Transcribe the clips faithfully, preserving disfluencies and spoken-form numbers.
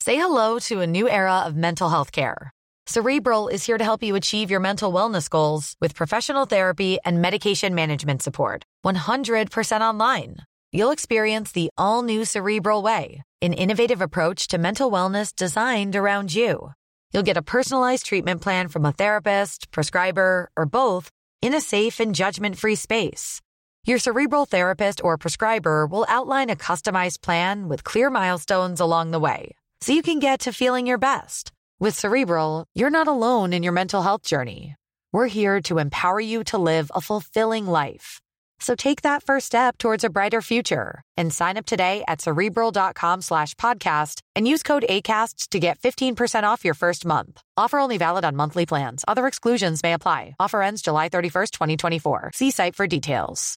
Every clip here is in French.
Say hello to a new era of mental health care. Cerebral is here to help you achieve your mental wellness goals with professional therapy and medication management support. one hundred percent online. You'll experience the all-new Cerebral Way, an innovative approach to mental wellness designed around you. You'll get a personalized treatment plan from a therapist, prescriber, or both in a safe and judgment-free space. Your Cerebral therapist or prescriber will outline a customized plan with clear milestones along the way, so you can get to feeling your best. With Cerebral, you're not alone in your mental health journey. We're here to empower you to live a fulfilling life. So take that first step towards a brighter future and sign up today at Cerebral.com slash podcast and use code ACAST to get fifteen percent off your first month. Offer only valid on monthly plans. Other exclusions may apply. Offer ends July thirty-first, twenty twenty-four. See site for details.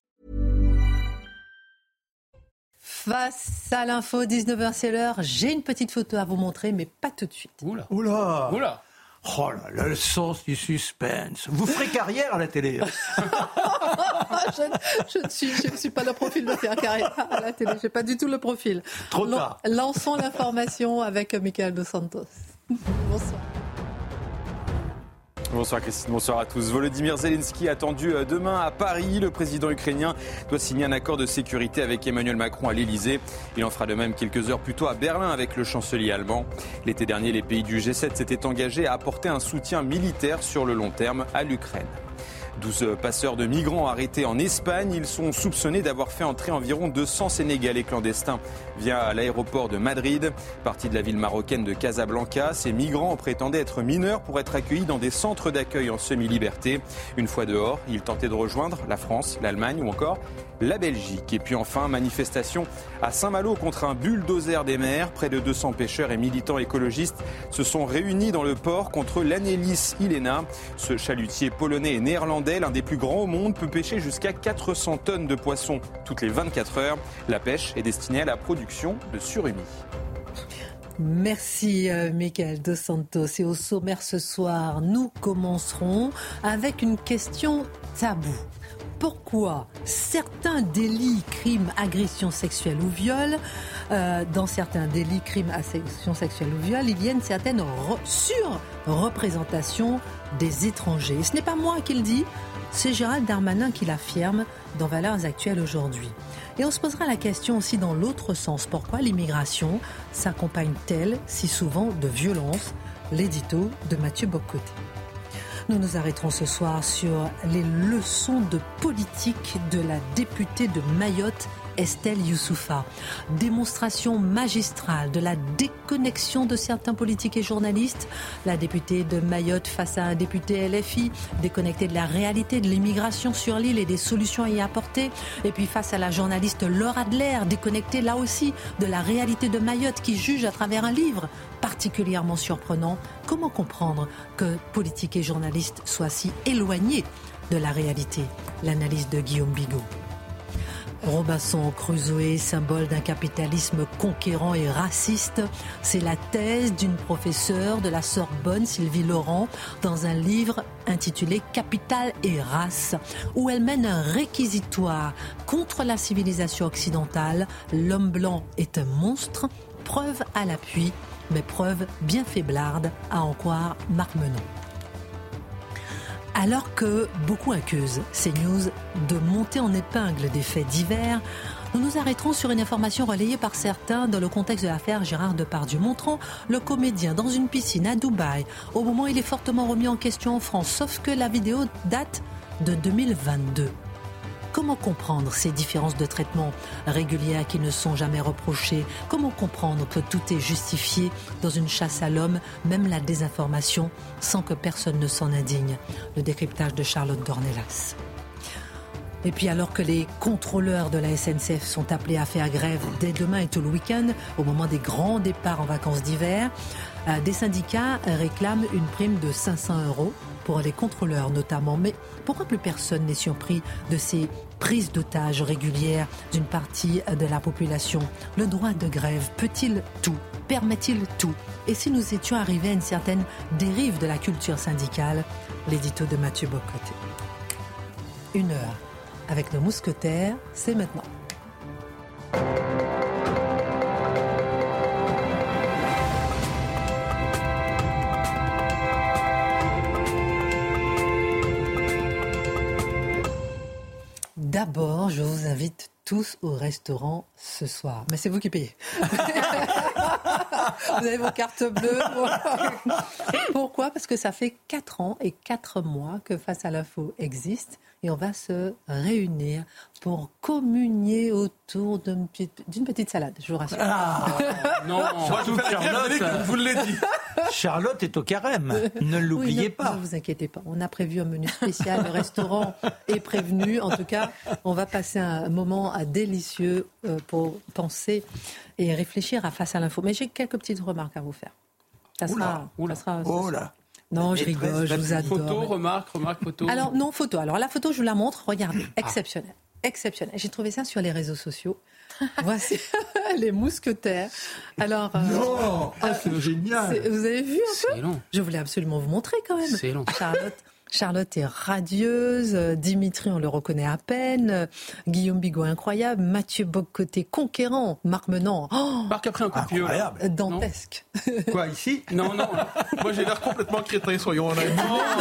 Face à l'info, dix-neuf heures, c'est l'heure. J'ai une petite photo à vous montrer, mais pas tout de suite. Oula. Oula. Oula. Oh là là, le sens du suspense. Vous ferez carrière à la télé. je, je ne suis, je suis pas le profil de faire carrière à la télé. Je n'ai pas du tout le profil. Trop tard. Lançons l'information avec Michael Dos Santos. Bonsoir. Bonsoir Christine, bonsoir à tous. Volodymyr Zelensky attendu demain à Paris. Le président ukrainien doit signer un accord de sécurité avec Emmanuel Macron à l'Elysée. Il en fera de même quelques heures plus tôt à Berlin avec le chancelier allemand. L'été dernier, les pays du G sept s'étaient engagés à apporter un soutien militaire sur le long terme à l'Ukraine. douze passeurs de migrants arrêtés en Espagne. Ils sont soupçonnés d'avoir fait entrer environ deux cents Sénégalais clandestins via l'aéroport de Madrid. Partis de la ville marocaine de Casablanca, ces migrants prétendaient être mineurs pour être accueillis dans des centres d'accueil en semi-liberté. Une fois dehors, ils tentaient de rejoindre la France, l'Allemagne ou encore la Belgique. Et puis enfin, manifestation à Saint-Malo contre un bulldozer des mers. Près de deux cents pêcheurs et militants écologistes se sont réunis dans le port contre l'Annelies Ilena. Ce chalutier polonais et néerlandais, l'un des plus grands au monde, peut pêcher jusqu'à quatre cents tonnes de poissons toutes les vingt-quatre heures. La pêche est destinée à la production de surimi. Merci euh, Michael Dos Santos. Et au sommaire ce soir, nous commencerons avec une question taboue. Pourquoi certains délits, crimes, agressions sexuelles ou viols, euh, dans certains délits, crimes, agressions sexuelles ou viols, il y a une certaine re- surreprésentation des étrangers. Et ce n'est pas moi qui le dis, c'est Gérald Darmanin qui l'affirme dans Valeurs Actuelles aujourd'hui. Et on se posera la question aussi dans l'autre sens. Pourquoi l'immigration s'accompagne-t-elle si souvent de violence? L'édito de Mathieu Bocoté. Nous nous arrêterons ce soir sur les leçons de politique de la députée de Mayotte, Estelle Youssoufa. Démonstration magistrale de la déconnexion de certains politiques et journalistes. La députée de Mayotte face à un député L F I, déconnecté de la réalité de l'immigration sur l'île et des solutions à y apporter. Et puis face à la journaliste Laure Adler, déconnectée là aussi de la réalité de Mayotte, qui juge à travers un livre particulièrement surprenant. Comment comprendre que politique et journalistes soient si éloignés de la réalité? L'analyse de Guillaume Bigot. Robinson Crusoe, symbole d'un capitalisme conquérant et raciste, c'est la thèse d'une professeure de la Sorbonne, Sylvie Laurent, dans un livre intitulé « Capital et race », où elle mène un réquisitoire contre la civilisation occidentale. L'homme blanc est un monstre, preuve à l'appui, mais preuve bien faiblarde, à en croire Marc Menon. Alors que beaucoup accusent CNews de monter en épingle des faits divers, nous nous arrêterons sur une information relayée par certains dans le contexte de l'affaire Gérard Depardieu, montrant le comédien dans une piscine à Dubaï. Au moment où il est fortement remis en question en France, sauf que la vidéo date de deux mille vingt-deux. Comment comprendre ces différences de traitement régulières qui ne sont jamais reprochées? Comment comprendre que tout est justifié dans une chasse à l'homme, même la désinformation, sans que personne ne s'en indigne? Le décryptage de Charlotte Dornelas. Et puis alors que les contrôleurs de la S N C F sont appelés à faire grève dès demain et tout le week-end, au moment des grands départs en vacances d'hiver, euh, des syndicats réclament une prime de cinq cents euros pour les contrôleurs notamment. Mais pourquoi plus personne n'est surpris de ces prises d'otages régulières d'une partie de la population? Le droit de grève peut-il tout? Permet-il tout? Et si nous étions arrivés à une certaine dérive de la culture syndicale? L'édito de Mathieu Bocoté. Une heure avec nos mousquetaires, c'est maintenant. d'abord, je vous invite tous au restaurant ce soir. Mais c'est vous qui payez. Vous avez vos cartes bleues. Pourquoi ? Parce que ça fait quatre ans et quatre mois que Face à l'info existe et on va se réunir pour communier autour d'une petite, d'une petite salade, je vous rassure. Ah, non, moi je fais Charlotte, je vous l'ai dit. Charlotte est au carême, ne l'oubliez oui, ne, pas. Ne vous inquiétez pas, on a prévu un menu spécial, le restaurant est prévenu. En tout cas, on va passer un moment délicieux pour penser et réfléchir à Face à l'info. Mais j'ai quelques petites remarques à vous faire. Ça sera... Oula, oula. Ça sera, ça oh sera... là. Non, je rigole, je vous adore. Photo, remarque, remarque, photo. Alors, non, photo. Alors, la photo, je vous la montre. Regardez, exceptionnelle. Exceptionnelle. J'ai trouvé ça sur les réseaux sociaux. Voici les mousquetaires. Alors, euh, non, ah, c'est génial. C'est, vous avez vu un peu ? C'est long. Je voulais absolument vous montrer quand même. C'est long. Charlotte. Charlotte est radieuse, Dimitri, on le reconnaît à peine, Guillaume Bigot, incroyable, Mathieu Bock-Côté, conquérant, Marc Menant, oh, Marc a pris un coup de pied. Incroyable. dantesque. Quoi, ici ? Non, non. Moi, j'ai l'air complètement crétin, soyons honnêtes.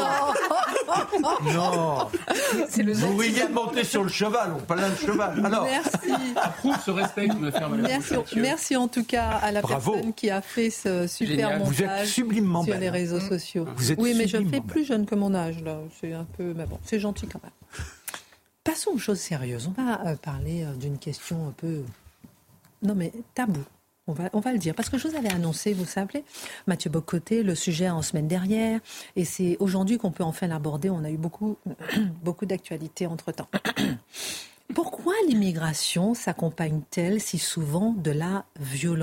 Non. C'est le Vous vouliez monter sur le cheval, on parle d'un cheval. Alors, Merci. Approuve ce respect que me fait Madame Merci, Mathieu. merci en tout cas à la Bravo. personne qui a fait ce super Génial. vous êtes montage sublimement sur belle. les réseaux sociaux. Vous êtes oui, mais je sublimement fais belle. plus jeune que mon âge là. C'est un peu, mais bon, c'est gentil quand même. Passons aux choses sérieuses. On va euh, parler euh, d'une question un peu, non mais tabou. On va, on va le dire, parce que je vous avais annoncé, vous savez, Mathieu Bock-Côté, le sujet en semaine dernière, et c'est aujourd'hui qu'on peut enfin l'aborder. On a eu beaucoup, beaucoup d'actualités entre-temps. Pourquoi l'immigration s'accompagne-t-elle si souvent de la violence ?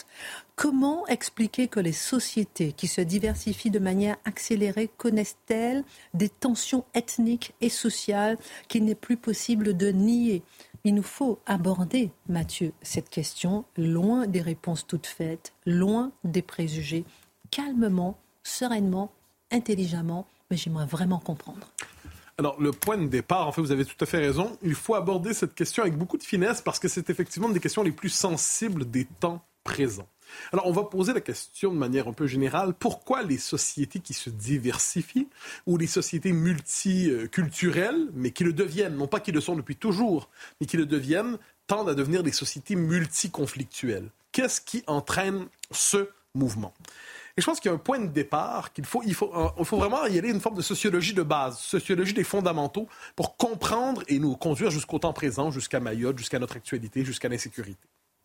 Comment expliquer que les sociétés qui se diversifient de manière accélérée connaissent-elles des tensions ethniques et sociales qu'il n'est plus possible de nier ? Il nous faut aborder, Mathieu, cette question, loin des réponses toutes faites, loin des préjugés, calmement, sereinement, intelligemment, mais j'aimerais vraiment comprendre. Alors, le point de départ, en fait, vous avez tout à fait raison. Il faut aborder cette question avec beaucoup de finesse parce que c'est effectivement une des questions les plus sensibles des temps présents. Alors, on va poser la question de manière un peu générale. Pourquoi les sociétés qui se diversifient ou les sociétés multiculturelles, mais qui le deviennent, non pas qui le sont depuis toujours, mais qui le deviennent, tendent à devenir des sociétés multiconflictuelles? Qu'est-ce qui entraîne ce mouvement? Et je pense qu'il y a un point de départ qu'il faut, il faut, il faut vraiment y aller une forme de sociologie de base, sociologie des fondamentaux pour comprendre et nous conduire jusqu'au temps présent, jusqu'à Mayotte, jusqu'à notre actualité, jusqu'à l'insécurité.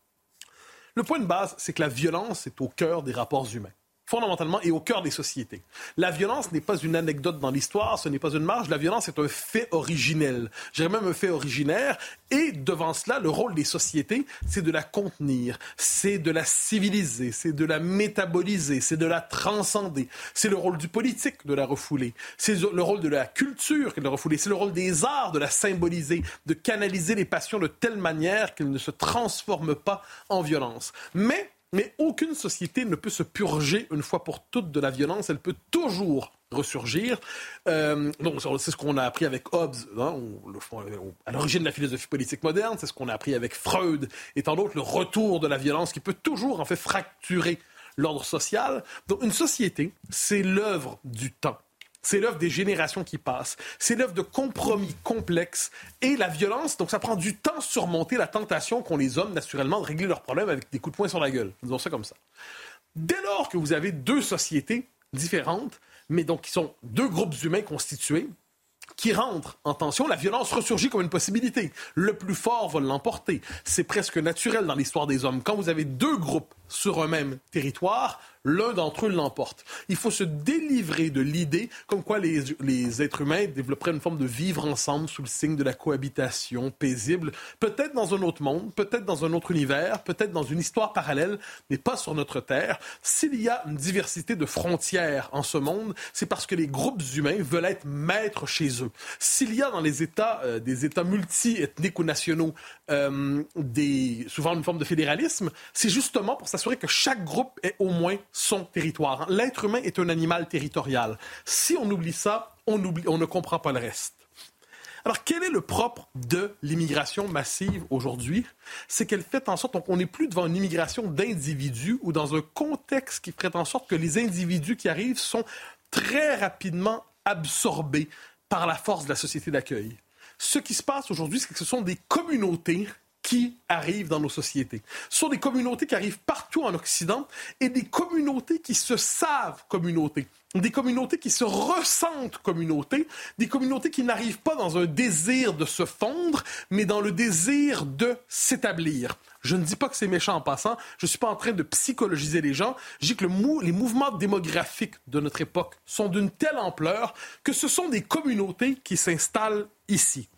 Le point de base, c'est que la violence est au cœur des rapports humains, fondamentalement, et au cœur des sociétés. La violence n'est pas une anecdote dans l'histoire, ce n'est pas une marge, la violence est un fait originel. Je dirais même un fait originaire, et devant cela, le rôle des sociétés, c'est de la contenir, c'est de la civiliser, c'est de la métaboliser, c'est de la transcender. C'est le rôle du politique de la refouler, c'est le rôle de la culture de la refouler, c'est le rôle des arts de la symboliser, de canaliser les passions de telle manière qu'elles ne se transforment pas en violence. Mais Mais aucune société ne peut se purger une fois pour toutes de la violence. Elle peut toujours ressurgir. Euh, donc, c'est ce qu'on a appris avec Hobbes, hein, on, le, on, à l'origine de la philosophie politique moderne. C'est ce qu'on a appris avec Freud et tant d'autres, le retour de la violence qui peut toujours, en fait, fracturer l'ordre social. Donc, une société, c'est l'œuvre du temps. C'est l'œuvre des générations qui passent. C'est l'œuvre de compromis complexes. Et la violence, donc ça prend du temps à surmonter la tentation qu'ont les hommes, naturellement, de régler leurs problèmes avec des coups de poing sur la gueule. Disons ça comme ça. Dès lors que vous avez deux sociétés différentes, mais donc qui sont deux groupes humains constitués, qui rentrent en tension, la violence ressurgit comme une possibilité. Le plus fort va l'emporter. C'est presque naturel dans l'histoire des hommes. Quand vous avez deux groupes sur un même territoire, l'un d'entre eux l'emporte. Il faut se délivrer de l'idée comme quoi les, les êtres humains développeraient une forme de vivre ensemble sous le signe de la cohabitation paisible, peut-être dans un autre monde, peut-être dans un autre univers, peut-être dans une histoire parallèle, mais pas sur notre Terre. S'il y a une diversité de frontières en ce monde, c'est parce que les groupes humains veulent être maîtres chez eux. S'il y a dans les États, euh, des États multi-ethniques ou nationaux, euh, des, souvent une forme de fédéralisme, c'est justement pour s'assurer que chaque groupe ait au moins son territoire. L'être humain est un animal territorial. Si on oublie ça, on, oublie, on ne comprend pas le reste. Alors, quel est le propre de l'immigration massive aujourd'hui? C'est qu'elle fait en sorte qu'on n'est plus devant une immigration d'individus ou dans un contexte qui ferait en sorte que les individus qui arrivent sont très rapidement absorbés par la force de la société d'accueil. Ce qui se passe aujourd'hui, c'est que ce sont des communautés qui arrivent dans nos sociétés. Ce sont des communautés qui arrivent partout en Occident et des communautés qui se savent communautés. Des communautés qui se ressentent communautés, des communautés qui n'arrivent pas dans un désir de se fondre, mais dans le désir de s'établir. Je ne dis pas que c'est méchant en passant, je ne suis pas en train de psychologiser les gens, je dis que le mou- les mouvements démographiques de notre époque sont d'une telle ampleur que ce sont des communautés qui s'installent ici.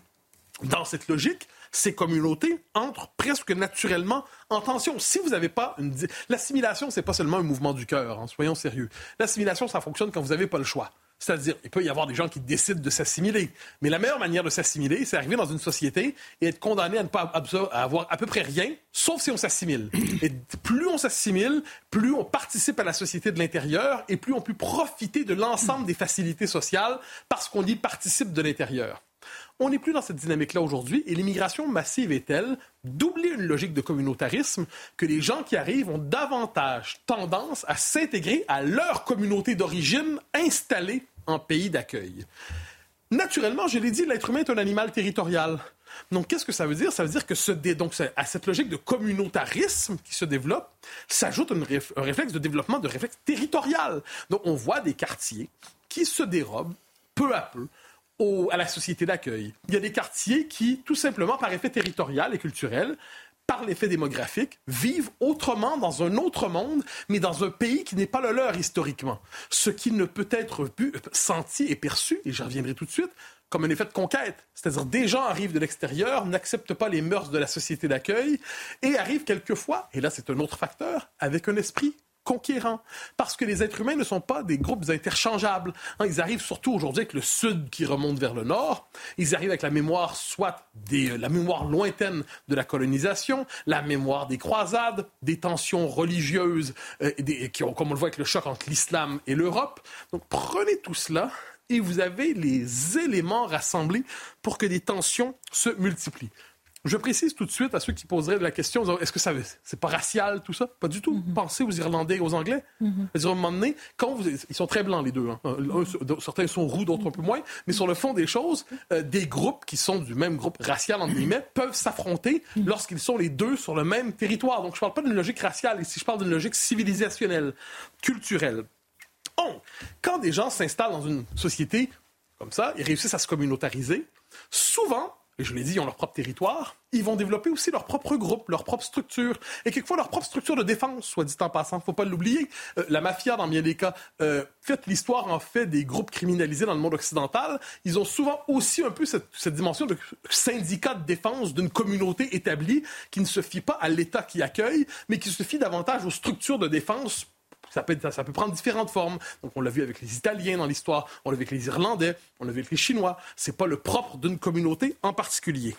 Dans cette logique, ces communautés entrent presque naturellement en tension. Si vous n'avez pas une... L'assimilation, c'est pas seulement un mouvement du cœur, hein, soyons sérieux. L'assimilation, ça fonctionne quand vous n'avez pas le choix. C'est-à-dire, il peut y avoir des gens qui décident de s'assimiler. Mais la meilleure manière de s'assimiler, c'est arriver dans une société et être condamné à ne pas absor- à avoir à peu près rien, sauf si on s'assimile. Et plus on s'assimile, plus on participe à la société de l'intérieur et plus on peut profiter de l'ensemble des facilités sociales parce qu'on y participe de l'intérieur. On n'est plus dans cette dynamique-là aujourd'hui et l'immigration massive est telle d'oublier une logique de communautarisme que les gens qui arrivent ont davantage tendance à s'intégrer à leur communauté d'origine installée en pays d'accueil. Naturellement, je l'ai dit, l'être humain est un animal territorial. Donc, qu'est-ce que ça veut dire? Ça veut dire que ce dé... Donc, à cette logique de communautarisme qui se développe, s'ajoute une réf... un réflexe de développement de réflexe territorial. Donc, on voit des quartiers qui se dérobent peu à peu Au, à la société d'accueil. Il y a des quartiers qui, tout simplement, par effet territorial et culturel, par l'effet démographique, vivent autrement dans un autre monde, mais dans un pays qui n'est pas le leur historiquement. Ce qui ne peut être pu, senti et perçu, et j'y reviendrai tout de suite, comme un effet de conquête. C'est-à-dire des gens arrivent de l'extérieur, n'acceptent pas les mœurs de la société d'accueil et arrivent quelquefois, et là c'est un autre facteur, avec un esprit conquérant. Parce que les êtres humains ne sont pas des groupes interchangeables. Hein, ils arrivent surtout aujourd'hui avec le sud qui remonte vers le nord. Ils arrivent avec la mémoire, soit des, la mémoire lointaine de la colonisation, la mémoire des croisades, des tensions religieuses, euh, des, qui ont, comme on le voit avec le choc entre l'islam et l'Europe. Donc prenez tout cela et vous avez les éléments rassemblés pour que des tensions se multiplient. Je précise tout de suite à ceux qui poseraient la question, est-ce que ça, c'est pas racial tout ça? Pas du tout. Mm-hmm. Pensez aux Irlandais et aux Anglais. Mm-hmm. C'est-à-dire, à un moment donné, quand vous, ils sont très blancs les deux. Hein. Un, certains sont roux, d'autres un peu moins. Mais sur le fond des choses, euh, des groupes qui sont du même groupe racial, entre guillemets, peuvent s'affronter mm-hmm. lorsqu'ils sont les deux sur le même territoire. Donc je parle pas d'une logique raciale ici, je parle d'une logique civilisationnelle, culturelle. Donc, quand des gens s'installent dans une société comme ça, ils réussissent à se communautariser, souvent, et je l'ai dit, ils ont leur propre territoire, ils vont développer aussi leur propre groupe, leur propre structure, et quelquefois leur propre structure de défense, soit dit en passant, faut pas l'oublier. Euh, la mafia, dans bien des cas, euh, fait l'histoire en fait des groupes criminalisés dans le monde occidental, ils ont souvent aussi un peu cette, cette dimension de syndicat de défense d'une communauté établie qui ne se fie pas à l'État qui accueille, mais qui se fie davantage aux structures de défense. Ça peut, être, ça peut prendre différentes formes. Donc, on l'a vu avec les Italiens dans l'histoire, on l'a vu avec les Irlandais, on l'a vu avec les Chinois. C'est pas le propre d'une communauté en particulier.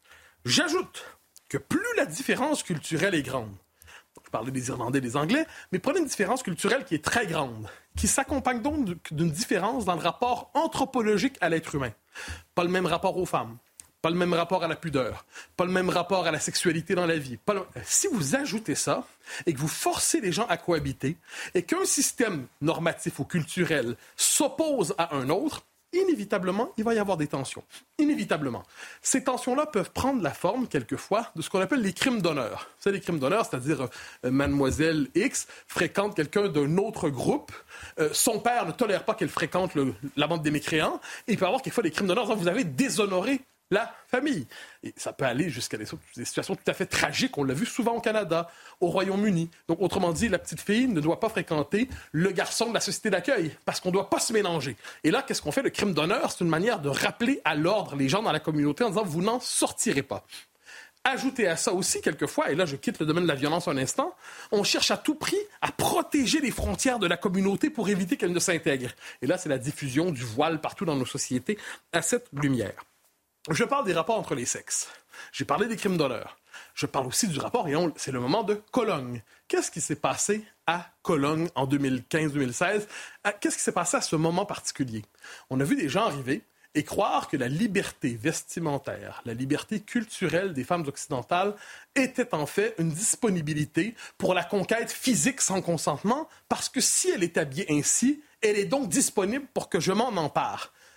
J'ajoute que plus la différence culturelle est grande, donc, je parlais des Irlandais et des Anglais, mais prenez une différence culturelle qui est très grande, qui s'accompagne donc d'une différence dans le rapport anthropologique à l'être humain. Pas le même rapport aux femmes. Pas le même rapport à la pudeur, pas le même rapport à la sexualité dans la vie. Pas le... Si vous ajoutez ça et que vous forcez les gens à cohabiter et qu'un système normatif ou culturel s'oppose à un autre, inévitablement, il va y avoir des tensions. Inévitablement. Ces tensions-là peuvent prendre la forme, quelquefois, de ce qu'on appelle les crimes d'honneur. C'est les crimes d'honneur, c'est-à-dire euh, mademoiselle X fréquente quelqu'un d'un autre groupe. Euh, son père ne tolère pas qu'elle fréquente le, la bande des mécréants. Et il peut y avoir quelquefois des crimes d'honneur. Vous avez déshonoré la famille. Et ça peut aller jusqu'à des, des situations tout à fait tragiques. On l'a vu souvent au Canada, au Royaume-Uni. Donc, autrement dit, la petite fille ne doit pas fréquenter le garçon de la société d'accueil parce qu'on ne doit pas se mélanger. Et là, qu'est-ce qu'on fait? Le crime d'honneur, c'est une manière de rappeler à l'ordre les gens dans la communauté en disant « vous n'en sortirez pas ». Ajoutez à ça aussi, quelquefois, et là je quitte le domaine de la violence un instant, on cherche à tout prix à protéger les frontières de la communauté pour éviter qu'elle ne s'intègre. Et là, c'est la diffusion du voile partout dans nos sociétés à cette lumière. Je parle des rapports entre les sexes. J'ai parlé des crimes d'honneur. Je parle aussi du rapport, et on, c'est le moment de Cologne. Qu'est-ce qui s'est passé à Cologne en deux mille quinze deux mille seize? Qu'est-ce qui s'est passé à ce moment particulier? On a vu des gens arriver et croire que la liberté vestimentaire, la liberté culturelle des femmes occidentales était en fait une disponibilité pour la conquête physique sans consentement, parce que si elle est habillée ainsi, elle est donc disponible pour que je m'en empare.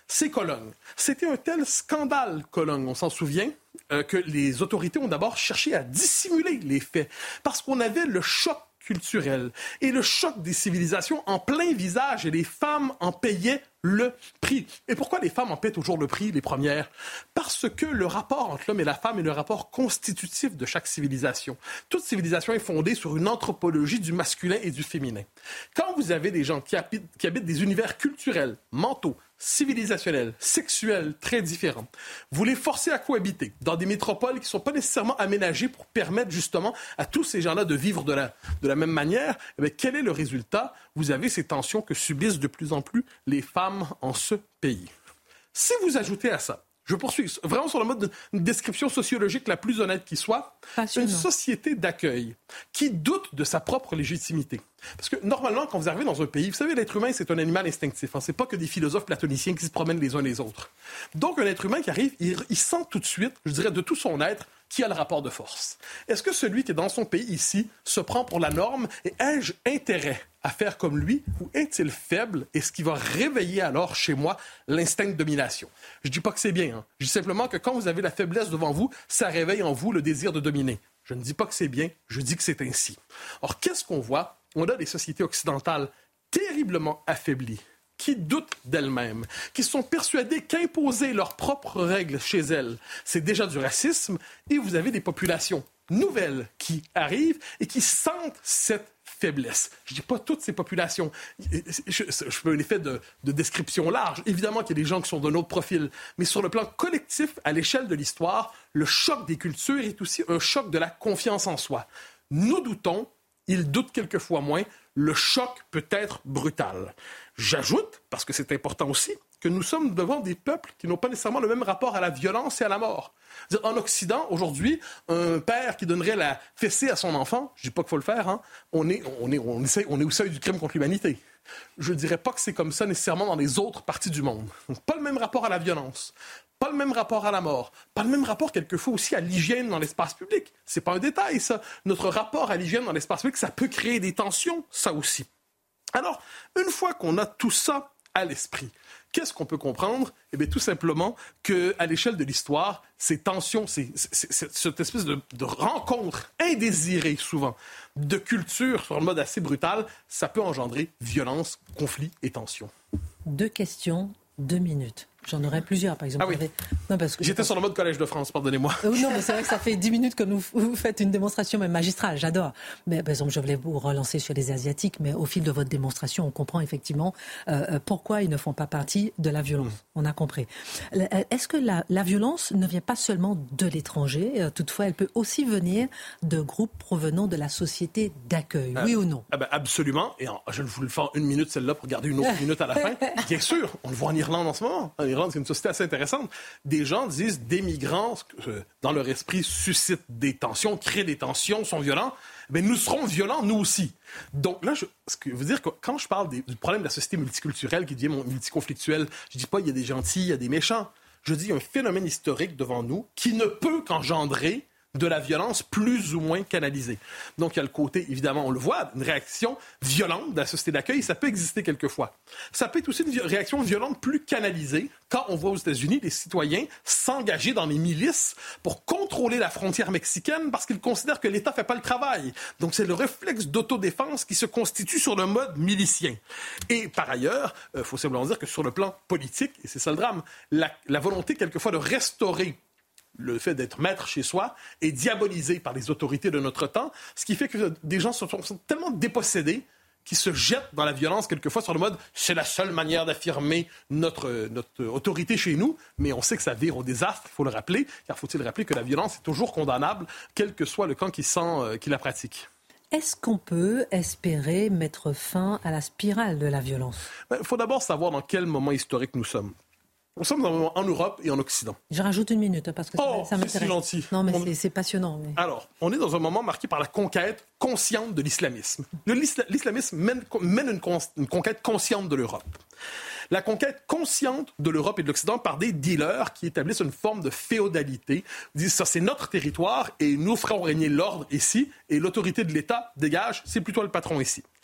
c'est Cologne. C'était un tel scandale, Cologne, on s'en souvient, euh, que les autorités ont d'abord cherché à dissimuler les faits, parce qu'on avait le choc culturel et le choc des civilisations en plein visage, et les femmes en payaient le prix. Et pourquoi les femmes en paient toujours le prix, les premières? Parce que le rapport entre l'homme et la femme est le rapport constitutif de chaque civilisation. Toute civilisation est fondée sur une anthropologie du masculin et du féminin. Quand vous avez des gens qui habitent, qui habitent des univers culturels, mentaux, civilisationnels, sexuels très différents, vous les forcez à cohabiter dans des métropoles qui ne sont pas nécessairement aménagées pour permettre justement à tous ces gens-là de vivre de la, de la même manière, eh bien, quel est le résultat? Vous avez ces tensions que subissent de plus en plus les femmes en ce pays. Si vous ajoutez à ça, je poursuis vraiment sur le mode d'une description sociologique la plus honnête qui soit, une société d'accueil qui doute de sa propre légitimité. Parce que normalement, quand vous arrivez dans un pays, vous savez, l'être humain, c'est un animal instinctif. Hein. C'est pas que des philosophes platoniciens qui se promènent les uns les autres. Donc, un être humain qui arrive, il, il sent tout de suite, je dirais de tout son être, qui a le rapport de force. Est-ce que celui qui est dans son pays ici se prend pour la norme et ai-je intérêt à faire comme lui ou est-il faible et ce qui va réveiller alors chez moi l'instinct de domination? Je dis pas que c'est bien. Hein. Je dis simplement que quand vous avez la faiblesse devant vous, ça réveille en vous le désir de dominer. Je ne dis pas que c'est bien, je dis que c'est ainsi. Or, qu'est-ce qu'on voit? On a des sociétés occidentales terriblement affaiblies, qui doutent d'elles-mêmes, qui sont persuadées qu'imposer leurs propres règles chez elles, c'est déjà du racisme, et vous avez des populations nouvelles qui arrivent et qui sentent cette faiblesse. Je ne dis pas toutes ces populations. Je, je fais un effet de, de description large. Évidemment qu'il y a des gens qui sont d'un autre profil, mais sur le plan collectif, à l'échelle de l'histoire, le choc des cultures est aussi un choc de la confiance en soi. Nous doutons, ils doutent quelquefois moins, le choc peut être brutal. J'ajoute, parce que c'est important aussi, que nous sommes devant des peuples qui n'ont pas nécessairement le même rapport à la violence et à la mort. C'est-à-dire, en Occident, aujourd'hui, un père qui donnerait la fessée à son enfant, je ne dis pas qu'il faut le faire, hein, on, est, on, est, on, essaie, on est au seuil du crime contre l'humanité. Je ne dirais pas que c'est comme ça nécessairement dans les autres parties du monde. Donc, pas le même rapport à la violence. Pas le même rapport à la mort. Pas le même rapport, quelquefois, aussi à l'hygiène dans l'espace public. C'est pas un détail, ça. Notre rapport à l'hygiène dans l'espace public, ça peut créer des tensions, ça aussi. Alors, une fois qu'on a tout ça à l'esprit, qu'est-ce qu'on peut comprendre? Eh bien, tout simplement qu'à l'échelle de l'histoire, ces tensions, ces, ces, ces, cette espèce de, de rencontre indésirée, souvent, de culture sur le mode assez brutal, ça peut engendrer violence, conflit et tension. Deux questions, deux minutes. J'en aurais plusieurs, par exemple. Ah oui. Non, parce que J'étais sur le mode Collège de France, pardonnez-moi. Euh, non, mais c'est vrai que ça fait dix minutes que nous, vous faites une démonstration même magistrale, j'adore. Mais par exemple, je voulais vous relancer sur les Asiatiques, mais au fil de votre démonstration, on comprend effectivement euh, pourquoi ils ne font pas partie de la violence. Mmh. On a compris. Est-ce que la, la violence ne vient pas seulement de l'étranger? Toutefois, elle peut aussi venir de groupes provenant de la société d'accueil, euh, oui ou non? Ah ben absolument. Et en, je vous le fais en une minute, celle-là, pour garder une autre minute à la fin. Bien sûr, on le voit en Irlande en ce moment. En Irlande, c'est une société assez intéressante. Des gens disent des migrants, euh, dans leur esprit, suscitent des tensions, créent des tensions, sont violents. Mais nous serons violents, nous aussi. Donc là, je, ce que veut dire que quand je parle des, du problème de la société multiculturelle qui devient multiconflictuelle, je dis pas il y a des gentils, il y a des méchants. Je dis il y a un phénomène historique devant nous qui ne peut qu'engendrer de la violence plus ou moins canalisée. Donc, il y a le côté, évidemment, on le voit, une réaction violente de la société d'accueil, ça peut exister quelquefois. Ça peut être aussi une réaction violente plus canalisée quand on voit aux États-Unis des citoyens s'engager dans les milices pour contrôler la frontière mexicaine parce qu'ils considèrent que l'État ne fait pas le travail. Donc, c'est le réflexe d'autodéfense qui se constitue sur le mode milicien. Et par ailleurs, il euh, faut simplement dire que sur le plan politique, et c'est ça le drame, la, la volonté quelquefois de restaurer le fait d'être maître chez soi est diabolisé par les autorités de notre temps, ce qui fait que des gens sont, sont tellement dépossédés qu'ils se jettent dans la violence quelquefois sur le mode « c'est la seule manière d'affirmer notre, notre autorité chez nous », mais on sait que ça vire au désastre, il faut le rappeler, car faut-il rappeler que la violence est toujours condamnable, quel que soit le camp qui, sent, euh, qui la pratique. Est-ce qu'on peut espérer mettre fin à la spirale de la violence? Il faut d'abord savoir dans quel moment historique nous sommes. Nous sommes dans un moment en Europe et en Occident. Je rajoute une minute parce que ça, oh, ça m'intéresse. C'est si gentil. Non, mais on... c'est, c'est passionnant. Mais... Alors, on est dans un moment marqué par la conquête consciente de l'islamisme. Le, l'islamisme mène, mène une, con, une conquête consciente de l'Europe. La conquête consciente de l'Europe et de l'Occident par des dealers qui établissent une forme de féodalité. Ils disent ça, c'est notre territoire et nous ferons régner l'ordre ici et l'autorité de l'État dégage, c'est plutôt le patron ici.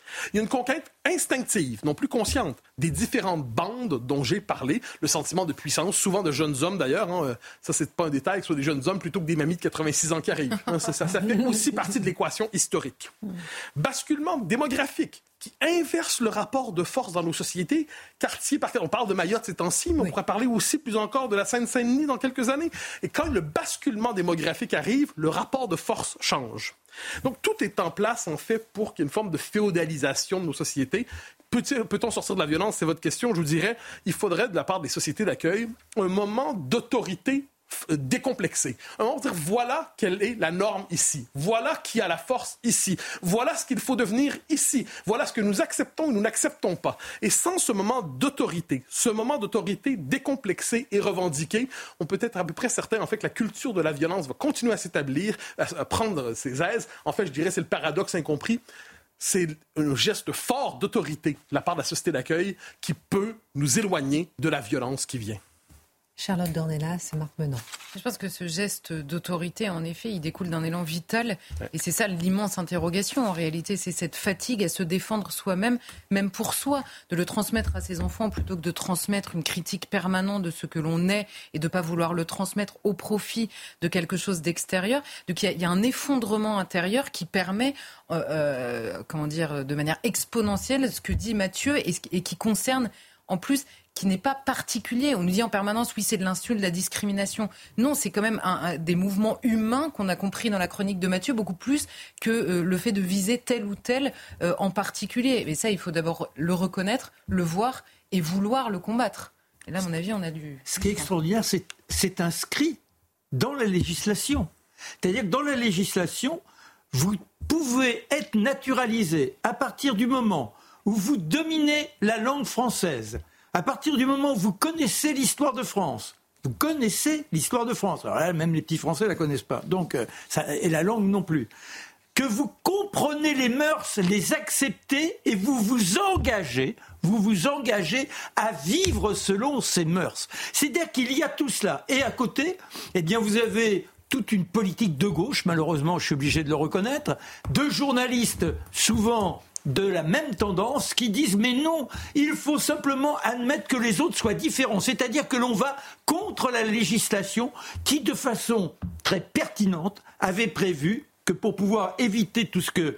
Il y a une conquête instinctive, non plus consciente, des différentes bandes dont j'ai parlé, le sentiment de puissance, souvent de jeunes hommes d'ailleurs, hein, ça c'est pas un détail, que ce soit des jeunes hommes plutôt que des mamies de quatre-vingt-six ans qui arrivent. Hein, ça, ça, ça fait aussi partie de l'équation historique. Basculement démographique qui inverse le rapport de force dans nos sociétés. Quartier par quartier, on parle de Mayotte ces temps-ci, mais oui. on pourra parler aussi plus encore de la Seine-Saint-Denis dans quelques années. Et quand le basculement démographique arrive, le rapport de force change. Donc tout est en place en fait pour qu'il y ait une forme de féodalisation de nos sociétés. Peut-on sortir de la violence? C'est votre question. Je vous dirais, il faudrait de la part des sociétés d'accueil un moment d'autorité décomplexé. Un moment de dire, voilà quelle est la norme ici. Voilà qui a la force ici. Voilà ce qu'il faut devenir ici. Voilà ce que nous acceptons ou nous n'acceptons pas. Et sans ce moment d'autorité, ce moment d'autorité décomplexé et revendiqué, on peut être à peu près certain en fait que la culture de la violence va continuer à s'établir, à, à prendre ses aises. En fait, je dirais, c'est le paradoxe incompris. C'est un geste fort d'autorité de la part de la société d'accueil qui peut nous éloigner de la violence qui vient. Charlotte Dornelas, Marc Menon. Je pense que ce geste d'autorité, en effet, il découle d'un élan vital. Ouais. Et c'est ça l'immense interrogation. En réalité, c'est cette fatigue à se défendre soi-même, même pour soi, de le transmettre à ses enfants plutôt que de transmettre une critique permanente de ce que l'on est et de ne pas vouloir le transmettre au profit de quelque chose d'extérieur. Donc il y a, il y a un effondrement intérieur qui permet, euh, euh, comment dire, de manière exponentielle, ce que dit Mathieu et, et qui concerne, en plus, qui n'est pas particulier. On nous dit en permanence, oui, c'est de l'insulte, de la discrimination. Non, c'est quand même un, un, des mouvements humains qu'on a compris dans la chronique de Mathieu, beaucoup plus que euh, le fait de viser tel ou tel euh, en particulier. Mais ça, il faut d'abord le reconnaître, le voir et vouloir le combattre. Et là, à mon avis, on a dû... Ce qui est extraordinaire, c'est, c'est inscrit dans la législation. C'est-à-dire que dans la législation, vous pouvez être naturalisé à partir du moment où vous dominez la langue française. À partir du moment où vous connaissez l'histoire de France, vous connaissez l'histoire de France. Alors là, même les petits Français ne la connaissent pas. Donc, euh, ça, et la langue non plus. Que vous comprenez les mœurs, les acceptez et vous vous engagez, vous vous engagez à vivre selon ces mœurs. C'est-à-dire qu'il y a tout cela. Et à côté, eh bien, vous avez toute une politique de gauche, malheureusement, je suis obligé de le reconnaître, de journalistes souvent de la même tendance qui disent mais non, il faut simplement admettre que les autres soient différents. C'est-à-dire que l'on va contre la législation qui, de façon très pertinente, avait prévu que pour pouvoir éviter tout ce que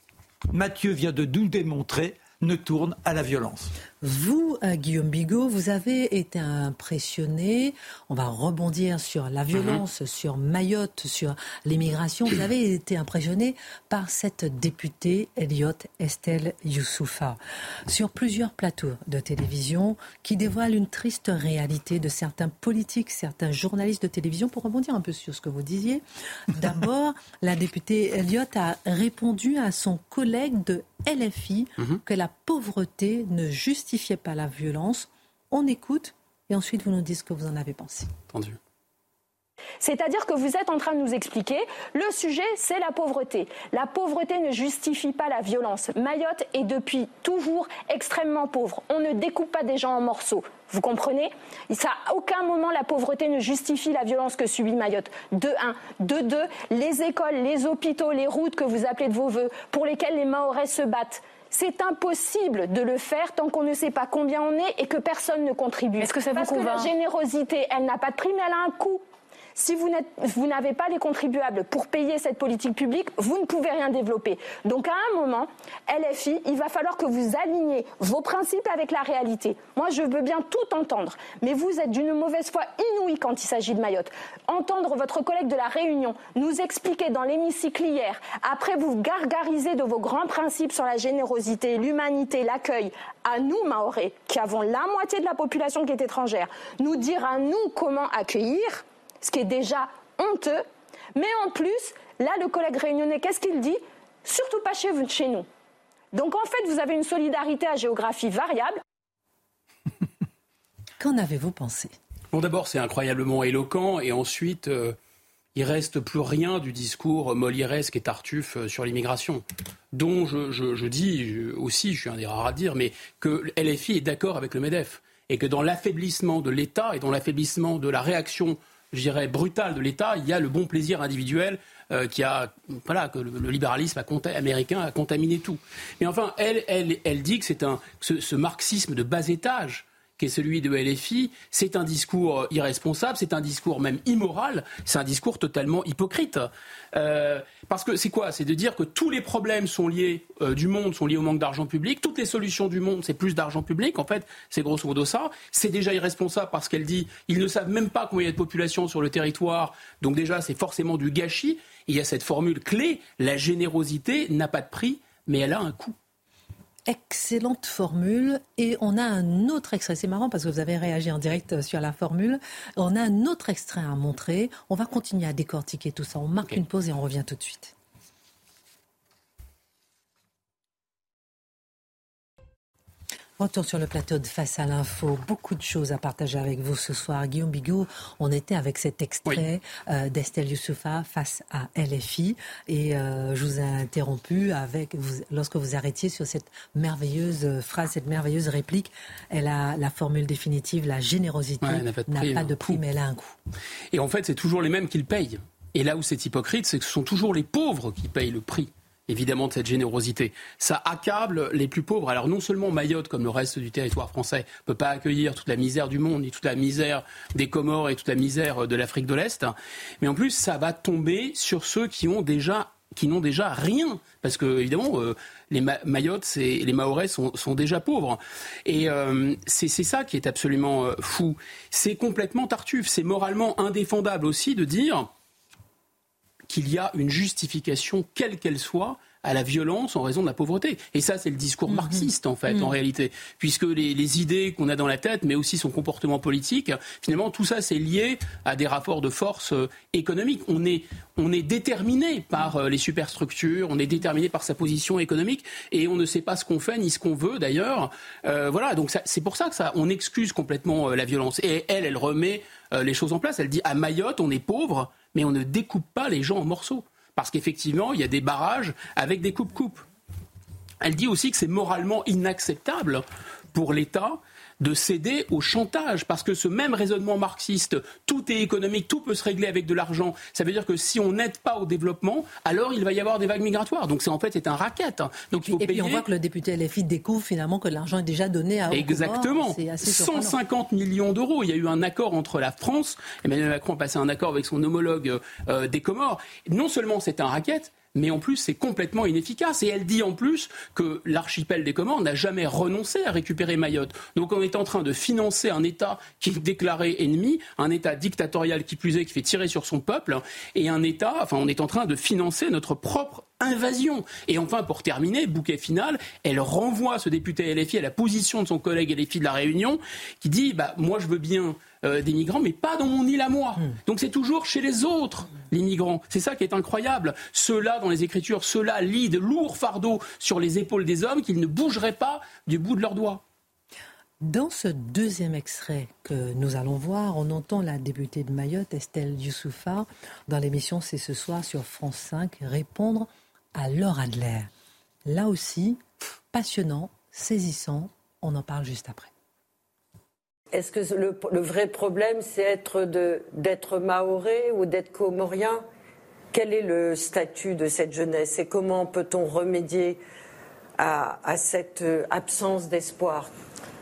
Mathieu vient de nous démontrer, ne tourne à la violence. Vous, Guillaume Bigot, vous avez été impressionné, on va rebondir sur la violence, mmh. sur Mayotte, sur l'immigration, vous avez été impressionné par cette députée Elliott Estelle Youssoufa, sur plusieurs plateaux de télévision qui dévoilent une triste réalité de certains politiques, certains journalistes de télévision. Pour rebondir un peu sur ce que vous disiez, d'abord, la députée Elliott a répondu à son collègue de L F I mmh. que la pauvreté ne justifiait pas la violence. On écoute et ensuite vous nous dites ce que vous en avez pensé. Entendu. C'est-à-dire que vous êtes en train de nous expliquer, le sujet c'est la pauvreté. La pauvreté ne justifie pas la violence. Mayotte est depuis toujours extrêmement pauvre. On ne découpe pas des gens en morceaux. Vous comprenez ? Ça, à aucun moment la pauvreté ne justifie la violence que subit Mayotte. De un. De deux, les écoles, les hôpitaux, les routes que vous appelez de vos voeux, pour lesquelles les Mahorais se battent. C'est impossible de le faire tant qu'on ne sait pas combien on est et que personne ne contribue. Est-ce que ça vous Parce convainc ? que la générosité, elle n'a pas de prix, mais elle a un coût. Si vous, n'êtes, vous n'avez pas les contribuables pour payer cette politique publique, vous ne pouvez rien développer. Donc à un moment, L F I, il va falloir que vous aligniez vos principes avec la réalité. Moi, je veux bien tout entendre, mais vous êtes d'une mauvaise foi inouïe quand il s'agit de Mayotte. Entendre votre collègue de la Réunion nous expliquer dans l'hémicycle hier, après vous gargariser de vos grands principes sur la générosité, l'humanité, l'accueil, à nous, Mahorais, qui avons la moitié de la population qui est étrangère, nous dire à nous comment accueillir, ce qui est déjà honteux. Mais en plus, là, le collègue réunionnais, qu'est-ce qu'il dit ? Surtout pas chez, chez nous. Donc en fait, vous avez une solidarité à géographie variable. Qu'en avez-vous pensé ? Bon, d'abord, c'est incroyablement éloquent. Et ensuite, euh, il reste plus rien du discours molièresque et tartuffe sur l'immigration, dont je, je, je dis je, aussi, je suis un des rares à dire, mais que L F I est d'accord avec le MEDEF. Et que dans l'affaiblissement de l'État et dans l'affaiblissement de la réaction je dirais, brutale de l'État, il y a le bon plaisir individuel euh, qui a, voilà, que le, le libéralisme a conta- américain a contaminé tout. Mais enfin, elle, elle, elle dit que c'est un, ce, ce marxisme de bas étage qui est celui de L F I, c'est un discours irresponsable, c'est un discours même immoral, c'est un discours totalement hypocrite. Euh, parce que c'est quoi ? C'est de dire que tous les problèmes sont liés, euh, du monde sont liés au manque d'argent public, toutes les solutions du monde, c'est plus d'argent public, en fait, c'est grosso modo ça. C'est déjà irresponsable parce qu'elle dit, ils ne savent même pas combien il y a de population sur le territoire, donc déjà c'est forcément du gâchis. Et il y a cette formule clé, la générosité n'a pas de prix, mais elle a un coût. Excellente formule. Et on a un autre extrait. C'est marrant parce que vous avez réagi en direct sur la formule. On a un autre extrait à montrer. On va continuer à décortiquer tout ça. On marque okay. une pause et on revient tout de suite. Retour sur le plateau de Face à l'info. Beaucoup de choses à partager avec vous ce soir. Guillaume Bigot, on était avec cet extrait oui. euh, d'Estelle Youssoufa face à L F I. Et euh, je vous ai interrompu avec, vous, lorsque vous arrêtiez sur cette merveilleuse phrase, cette merveilleuse réplique. Elle a la formule définitive, la générosité ouais, n'a pas de prix, n'a pas de prix mais elle a un coût. Et en fait, c'est toujours les mêmes qui le payent. Et là où c'est hypocrite, c'est que ce sont toujours les pauvres qui payent le prix. Évidemment, de cette générosité. Ça accable les plus pauvres. Alors non seulement Mayotte, comme le reste du territoire français, ne peut pas accueillir toute la misère du monde, ni toute la misère des Comores et toute la misère de l'Afrique de l'Est, mais en plus, ça va tomber sur ceux qui ont déjà, qui n'ont déjà rien. Parce que, évidemment, euh, les Ma- Mayotte, c'est, les Mahorais sont, sont déjà pauvres. Et euh, c'est, c'est ça qui est absolument euh, fou. C'est complètement tartuffe. C'est moralement indéfendable aussi de dire qu'il y a une justification, quelle qu'elle soit, à la violence en raison de la pauvreté. Et ça, c'est le discours mmh. marxiste, en fait, mmh. en réalité. Puisque les, les idées qu'on a dans la tête, mais aussi son comportement politique, finalement, tout ça, c'est lié à des rapports de force euh, économiques. On est, on est déterminé par euh, les superstructures, on est déterminé par sa position économique, et on ne sait pas ce qu'on fait, ni ce qu'on veut, d'ailleurs. Euh, voilà, donc ça, c'est pour ça que ça, on excuse complètement euh, la violence. Et elle, elle remet euh, les choses en place. Elle dit, à Mayotte, on est pauvre, mais on ne découpe pas les gens en morceaux. Parce qu'effectivement, il y a des barrages avec des coupes-coupes. Elle dit aussi que c'est moralement inacceptable pour l'État de céder au chantage. Parce que ce même raisonnement marxiste, tout est économique, tout peut se régler avec de l'argent. Ça veut dire que si on n'aide pas au développement, alors il va y avoir des vagues migratoires. Donc c'est en fait c'est un racket. Donc il faut Et payer. puis on voit que le député L F I découvre finalement que l'argent est déjà donné à Exactement. C'est assez cent cinquante millions d'euros. Il y a eu un accord entre la France. Emmanuel Macron a passé un accord avec son homologue euh, des Comores. Non seulement c'est un racket, mais en plus, c'est complètement inefficace. Et elle dit en plus que l'archipel des Comores n'a jamais renoncé à récupérer Mayotte. Donc on est en train de financer un État qui est déclaré ennemi, un État dictatorial qui plus est, qui fait tirer sur son peuple, et un État, enfin on est en train de financer notre propre invasion. Et enfin, pour terminer, bouquet final, elle renvoie ce député L F I à la position de son collègue L F I de La Réunion, qui dit bah, « moi je veux bien euh, des migrants, mais pas dans mon île à moi. Mmh. » Donc c'est toujours chez les autres, les migrants. C'est ça qui est incroyable. Ceux-là, dans les Écritures, ceux-là lient de lourds fardeaux sur les épaules des hommes qu'ils ne bougeraient pas du bout de leurs doigts. Dans ce deuxième extrait que nous allons voir, on entend la députée de Mayotte, Estelle Youssoufa, dans l'émission C'est ce soir sur France cinq, répondre à Laure Adler. Là aussi, passionnant, saisissant, on en parle juste après. Est-ce que le, le vrai problème, c'est être de, d'être mahorais ou d'être comorien ? Quel est le statut de cette jeunesse et comment peut-on remédier à, à cette absence d'espoir ?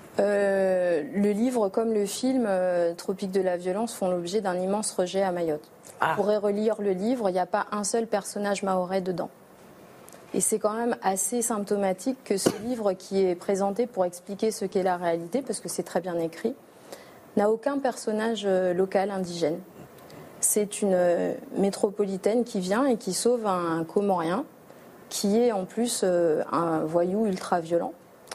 euh, Le livre, comme le film euh, Tropique de la violence, font l'objet d'un immense rejet à Mayotte. Ah. Vous pourrez relire le livre, il n'y a pas un seul personnage mahorais dedans. Et c'est quand même assez symptomatique que ce livre qui est présenté pour expliquer ce qu'est la réalité, parce que c'est très bien écrit, n'a aucun personnage local indigène. C'est une métropolitaine qui vient et qui sauve un Comorien, qui est en plus un voyou ultra-violent.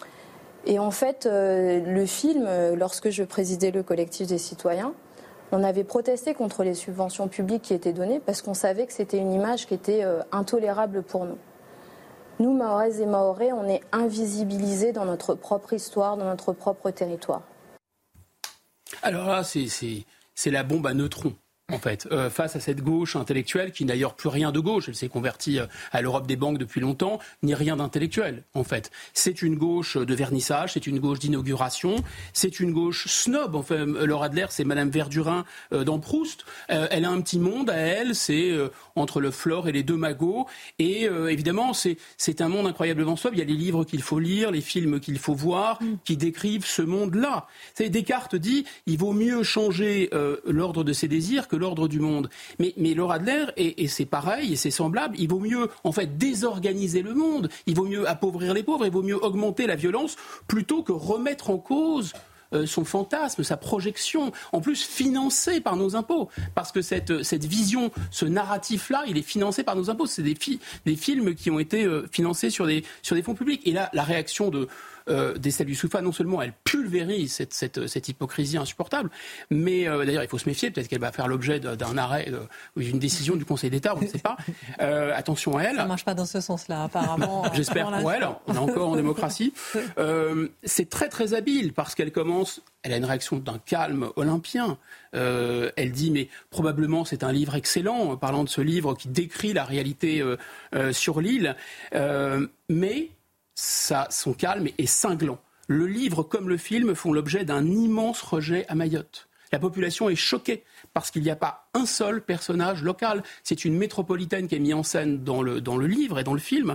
Et en fait, le film, lorsque je présidais le collectif des citoyens, on avait protesté contre les subventions publiques qui étaient données, parce qu'on savait que c'était une image qui était intolérable pour nous. Nous, Mahoraises et Mahorais, on est invisibilisés dans notre propre histoire, dans notre propre territoire. Alors là, c'est, c'est, c'est la bombe à neutrons. en fait, euh, face à cette gauche intellectuelle qui n'a d'ailleurs plus rien de gauche. Elle s'est convertie à l'Europe des banques depuis longtemps, ni rien d'intellectuel, en fait. C'est une gauche de vernissage, c'est une gauche d'inauguration, c'est une gauche snob. Enfin, Laura Adler, c'est Madame Verdurin euh, dans Proust. Euh, elle a un petit monde à elle, c'est euh, entre le Flore et les deux magots. Et euh, évidemment, c'est, c'est un monde incroyablement snob. Il y a les livres qu'il faut lire, les films qu'il faut voir, mm. qui décrivent ce monde-là. C'est, Descartes dit, il vaut mieux changer euh, l'ordre de ses désirs que l'ordre du monde. Mais, mais Laura Adler, et, et c'est pareil, et c'est semblable, il vaut mieux en fait désorganiser le monde, il vaut mieux appauvrir les pauvres, il vaut mieux augmenter la violence plutôt que remettre en cause euh, son fantasme, sa projection, en plus financé par nos impôts. Parce que cette, cette vision, ce narratif-là, il est financé par nos impôts. C'est des, fi- des films qui ont été euh, financés sur des, sur des fonds publics. Et là, la réaction de... Euh, d'Estelle Youssouffa, non seulement elle pulvérise cette, cette, cette hypocrisie insupportable, mais euh, d'ailleurs il faut se méfier, peut-être qu'elle va faire l'objet d'un arrêt euh, ou d'une décision du Conseil d'État, on ne sait pas. Euh, attention à elle. Ça ne marche pas dans ce sens-là, apparemment. J'espère pour elle, on est encore en démocratie. Euh, c'est très très habile parce qu'elle commence, elle a une réaction d'un calme olympien. Euh, elle dit mais probablement c'est un livre excellent, parlant de ce livre qui décrit la réalité euh, euh, sur l'île, euh, mais Ça, son calme est cinglant. Le livre comme le film font l'objet d'un immense rejet à Mayotte. La population est choquée parce qu'il n'y a pas un seul personnage local. C'est une métropolitaine qui est mise en scène dans le, dans le livre et dans le film,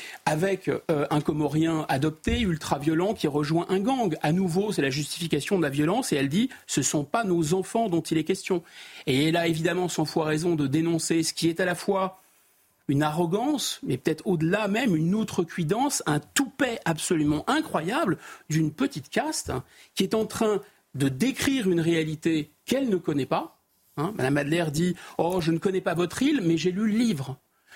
avec euh, un Comorien adopté, ultra-violent, qui rejoint un gang. À nouveau, c'est la justification de la violence, et elle dit « ce ne sont pas nos enfants dont il est question ». Et elle a évidemment cent fois raison de dénoncer ce qui est à la fois une arrogance, mais peut-être au-delà même, une outrecuidance, un toupet absolument incroyable d'une petite caste hein, qui est en train de décrire une réalité qu'elle ne connaît pas. Hein. Madame Adler dit « Oh, je ne connais pas votre île, mais j'ai lu le livre ».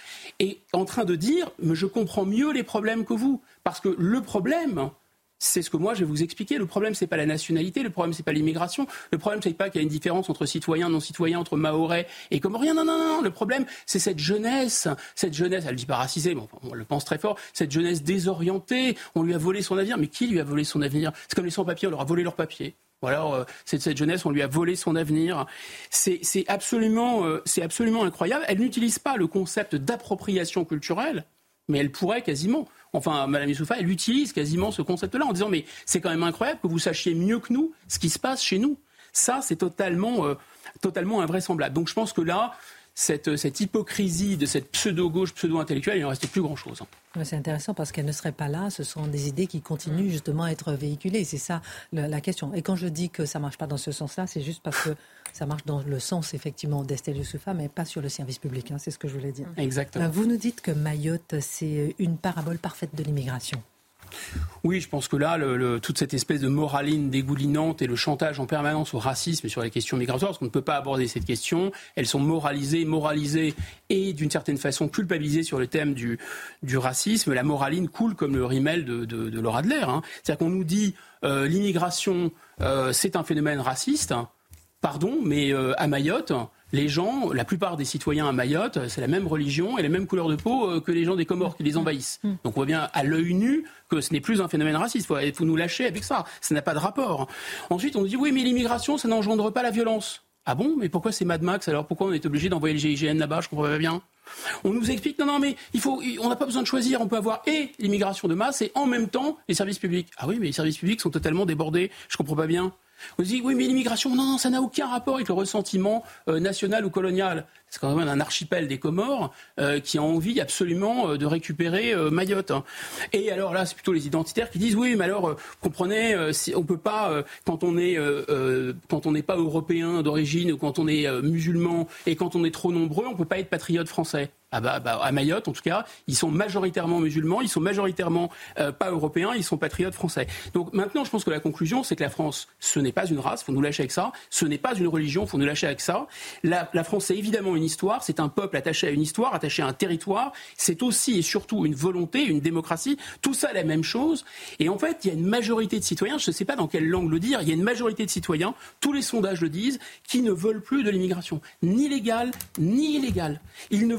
Et en train de dire « Mais je comprends mieux les problèmes que vous ». Parce que le problème... c'est ce que moi je vais vous expliquer. Le problème, c'est pas la nationalité, le problème, c'est pas l'immigration, le problème, c'est pas qu'il y a une différence entre citoyens, non-citoyens, entre Mahorais et Comoriens. Non, non, non, non. Le problème, c'est cette jeunesse, cette jeunesse, elle dit pas racisée, mais on le pense très fort, cette jeunesse désorientée. On lui a volé son avenir. Mais qui lui a volé son avenir ? C'est comme les sans-papiers, on leur a volé leur papier. Ou alors, euh, cette, cette jeunesse, on lui a volé son avenir. C'est, c'est, absolument, euh, c'est absolument incroyable. Elle n'utilise pas le concept d'appropriation culturelle, mais elle pourrait quasiment... Enfin, Madame Youssouffa, elle utilise quasiment ce concept-là en disant « mais c'est quand même incroyable que vous sachiez mieux que nous ce qui se passe chez nous ». Ça, c'est totalement, euh, totalement invraisemblable. Donc je pense que là, cette, cette hypocrisie de cette pseudo-gauche, pseudo-intellectuelle, il n'en reste plus grand-chose. C'est intéressant parce qu'elle ne serait pas là. Ce sont des idées qui continuent justement à être véhiculées. C'est ça le, la question. Et quand je dis que ça ne marche pas dans ce sens-là, c'est juste parce que ça marche dans le sens effectivement d'Estelle Youssouffa, mais pas sur le service public. Hein, c'est ce que je voulais dire. Exactement. Vous nous dites que Mayotte, c'est une parabole parfaite de l'immigration. Oui, je pense que là, le, le, toute cette espèce de moraline dégoulinante et le chantage en permanence au racisme et sur les questions migratoires, parce qu'on ne peut pas aborder cette question, elles sont moralisées, moralisées et d'une certaine façon culpabilisées sur le thème du, du racisme. La moraline coule comme le rimel de, de, de Laura Adler. Hein. C'est-à-dire qu'on nous dit euh, l'immigration, euh, c'est un phénomène raciste. Pardon, mais euh, à Mayotte, les gens, la plupart des citoyens à Mayotte, c'est la même religion et la même couleur de peau euh, que les gens des Comores qui les envahissent. Donc on voit bien à l'œil nu que ce n'est plus un phénomène raciste. Il faut, faut nous lâcher avec ça. Ça n'a pas de rapport. Ensuite, on nous dit oui, mais l'immigration, ça n'engendre pas la violence. Ah bon ? Mais pourquoi c'est Mad Max alors ? Pourquoi on est obligé d'envoyer le G I G N là-bas ? Je comprends pas bien. On nous explique non, non, mais il faut, on n'a pas besoin de choisir. On peut avoir et l'immigration de masse et en même temps les services publics. Ah oui, mais les services publics sont totalement débordés. Je comprends pas bien. On dit oui, mais l'immigration, non, non, ça n'a aucun rapport avec le ressentiment euh, national ou colonial. C'est quand même un archipel des Comores euh, qui a envie absolument euh, de récupérer euh, Mayotte. Hein. Et alors là, c'est plutôt les identitaires qui disent oui, mais alors euh, comprenez, euh, si on peut pas euh, quand on est euh, euh, quand on n'est pas européen d'origine ou quand on est euh, musulman et quand on est trop nombreux, on peut pas être patriote français. Ah bah, bah, à Mayotte, en tout cas, ils sont majoritairement musulmans, ils sont majoritairement euh, pas européens, ils sont patriotes français. Donc maintenant, je pense que la conclusion, c'est que la France, ce n'est pas une race, faut nous lâcher avec ça. Ce n'est pas une religion, faut nous lâcher avec ça. La, la France, c'est évidemment une histoire, c'est un peuple attaché à une histoire, attaché à un territoire. C'est aussi et surtout une volonté, une démocratie. Tout ça, la même chose. Et en fait, il y a une majorité de citoyens, je ne sais pas dans quelle langue le dire, il y a une majorité de citoyens, tous les sondages le disent, qui ne veulent plus de l'immigration, ni légale, ni illégale. Ils ne veulent plus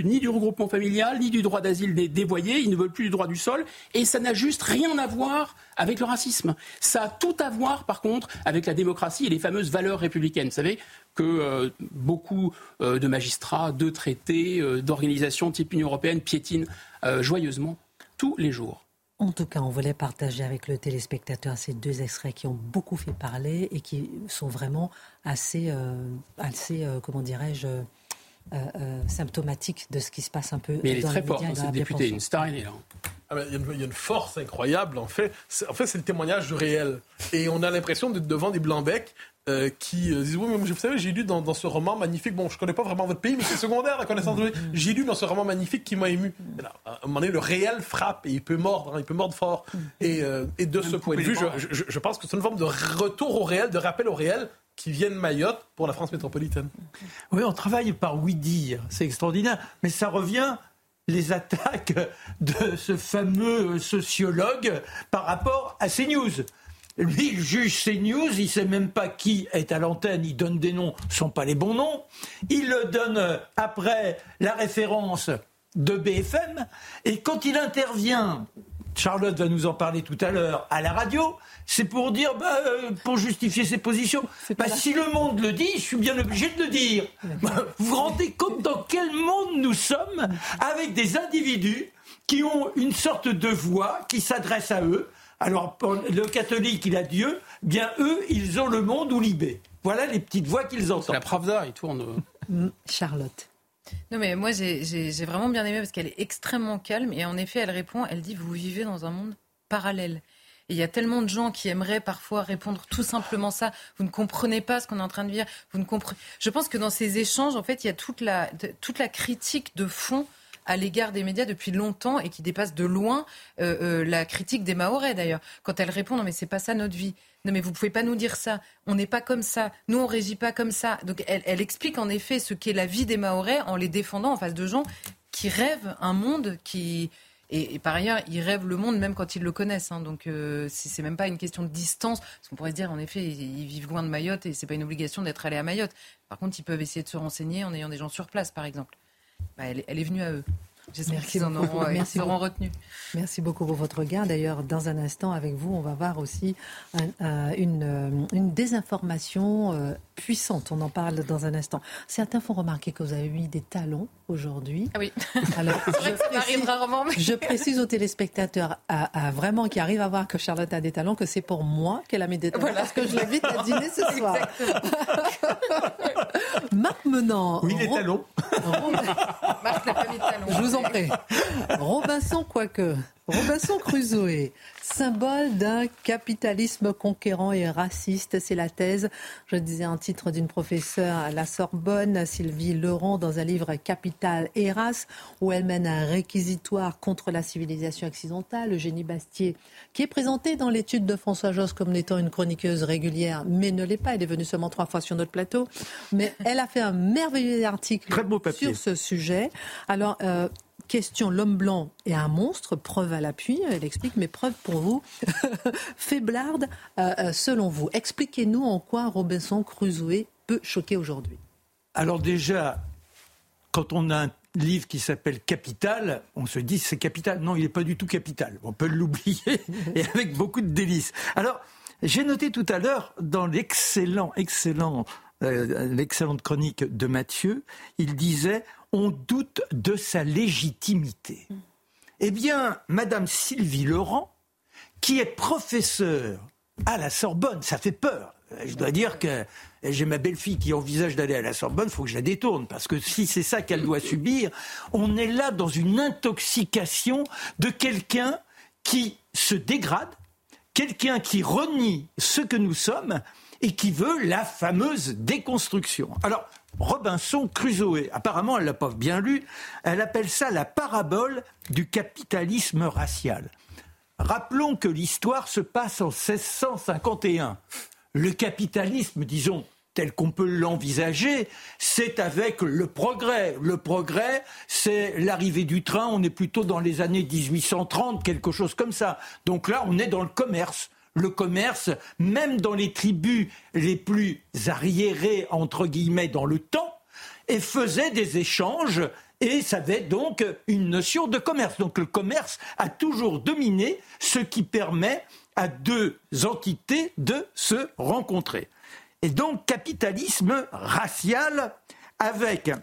plus ni du regroupement familial, ni du droit d'asile des dévoyés, ils ne veulent plus du droit du sol, et ça n'a juste rien à voir avec le racisme. Ça a tout à voir, par contre, avec la démocratie et les fameuses valeurs républicaines. Vous savez que euh, beaucoup euh, de magistrats, de traités, euh, d'organisations type Union européenne piétinent euh, joyeusement tous les jours. En tout cas, on voulait partager avec le téléspectateur ces deux extraits qui ont beaucoup fait parler et qui sont vraiment assez, euh, assez euh, comment dirais-je, euh, euh, symptomatiques de ce qui se passe un peu dans les médias. Mais elle est très forte, hein, cette députée, une star, elle est là. Ah ben, il, y a une, il y a une force incroyable, en fait. C'est, en fait, c'est le témoignage du réel. Et on a l'impression d'être devant des blancs-becs euh, qui euh, disent « Oui, mais vous savez, j'ai lu dans, dans ce roman magnifique, bon, je connais pas vraiment votre pays, mais c'est secondaire, la connaissance de j'ai lu dans ce roman magnifique qui m'a ému. » À un moment donné, le réel frappe et il peut mordre, hein, il peut mordre fort. Et, euh, et de ce point de vue, je, je, je pense que c'est une forme de retour au réel, de rappel au réel, qui viennent de Mayotte pour la France métropolitaine. Oui, on travaille par oui-dire, c'est extraordinaire, mais ça revient les attaques de ce fameux sociologue par rapport à CNews. Lui, il juge CNews, il ne sait même pas qui est à l'antenne, il donne des noms, ce ne sont pas les bons noms. Il donne après la référence de B F M, et quand il intervient, Charlotte va nous en parler tout à l'heure, à la radio, c'est pour dire, bah, euh, pour justifier ses positions. Bah, si le Monde le dit, je suis bien obligé de le dire. Bah, vous vous rendez compte dans quel monde nous sommes, avec des individus qui ont une sorte de voix qui s'adresse à eux. Alors, le catholique, il a Dieu, bien eux, ils ont le Monde ou Libé. Voilà les petites voix qu'ils entendent. C'est la Pravda, ils tournent. Charlotte. Non mais moi j'ai, j'ai, j'ai vraiment bien aimé parce qu'elle est extrêmement calme et en effet elle répond, elle dit vous vivez dans un monde parallèle. Et il y a tellement de gens qui aimeraient parfois répondre tout simplement ça. Vous ne comprenez pas ce qu'on est en train de dire. Vous ne comprenez. Je pense que dans ces échanges, en fait, il y a toute la, toute la critique de fond à l'égard des médias depuis longtemps et qui dépasse de loin euh, euh, la critique des Mahorais d'ailleurs. Quand elle répond non mais c'est pas ça notre vie. Non mais vous pouvez pas nous dire ça. On n'est pas comme ça. Nous on régit pas comme ça. Donc elle, elle explique en effet ce qu'est la vie des Mahorais en les défendant en face de gens qui rêvent un monde qui et, et par ailleurs ils rêvent le monde même quand ils le connaissent. Hein. Donc euh, c'est, c'est même pas une question de distance. Parce qu'on pourrait se dire en effet ils, ils vivent loin de Mayotte et c'est pas une obligation d'être allé à Mayotte. Par contre ils peuvent essayer de se renseigner en ayant des gens sur place par exemple. Bah, elle, elle est venue à eux. J'espère Merci qu'ils en auront, euh, Merci auront retenu. Merci beaucoup pour votre regard. D'ailleurs, dans un instant, avec vous, on va voir aussi un, un, une, une désinformation euh, puissante. On en parle dans un instant. Certains font remarquer que vous avez mis des talons aujourd'hui. Ah oui. Alors, c'est vrai que ça m'arrive rarement. Mais... Je précise aux téléspectateurs à, à vraiment qui arrivent à voir que Charlotte a des talons que c'est pour moi qu'elle a mis des talons voilà. Parce que je l'invite à dîner ce soir. Marc Menant. Oui, les Ro... talons. Ro... Marc n'a pas mis de talons. Je vous en prie. Robinson quoique. Robinson Crusoe, symbole d'un capitalisme conquérant et raciste, c'est la thèse, je disais un titre d'une professeure à la Sorbonne, Sylvie Leron, dans un livre Capital et race, où elle mène un réquisitoire contre la civilisation occidentale. Eugénie Bastier, qui est présentée dans l'étude de François Josse comme étant une chroniqueuse régulière, mais ne l'est pas, elle est venue seulement trois fois sur notre plateau, mais elle a fait un merveilleux article sur ce sujet. Alors, euh, question, l'homme blanc est un monstre, preuve à l'appui, elle explique, mais preuve pour vous, faiblarde euh, selon vous. Expliquez-nous en quoi Robinson Crusoe peut choquer aujourd'hui. Alors déjà, quand on a un livre qui s'appelle Capital, on se dit c'est Capital. Non, il n'est pas du tout Capital. On peut l'oublier et avec beaucoup de délices. Alors, j'ai noté tout à l'heure dans l'excellent, excellent, euh, l'excellente chronique de Mathieu, il disait « on doute de sa légitimité ». Eh bien, Madame Sylvie Leron, qui est professeure à la Sorbonne, ça fait peur. Je dois dire que j'ai ma belle-fille qui envisage d'aller à la Sorbonne, il faut que je la détourne, parce que si c'est ça qu'elle doit subir, on est là dans une intoxication de quelqu'un qui se dégrade, quelqu'un qui renie ce que nous sommes et qui veut la fameuse déconstruction. Alors, Robinson Crusoe, apparemment elle l'a pas bien lu, elle appelle ça la parabole du capitalisme racial. Rappelons que l'histoire se passe en seize cent cinquante et un. Le capitalisme, disons, tel qu'on peut l'envisager, c'est avec le progrès. Le progrès, c'est l'arrivée du train, on est plutôt dans les années dix-huit cent trente, quelque chose comme ça. Donc là, on est dans le commerce. Le commerce, même dans les tribus les plus arriérées, entre guillemets, dans le temps, et faisait des échanges Et ça avait donc une notion de commerce. Donc le commerce a toujours dominé, ce qui permet à deux entités de se rencontrer. Et donc capitalisme racial avec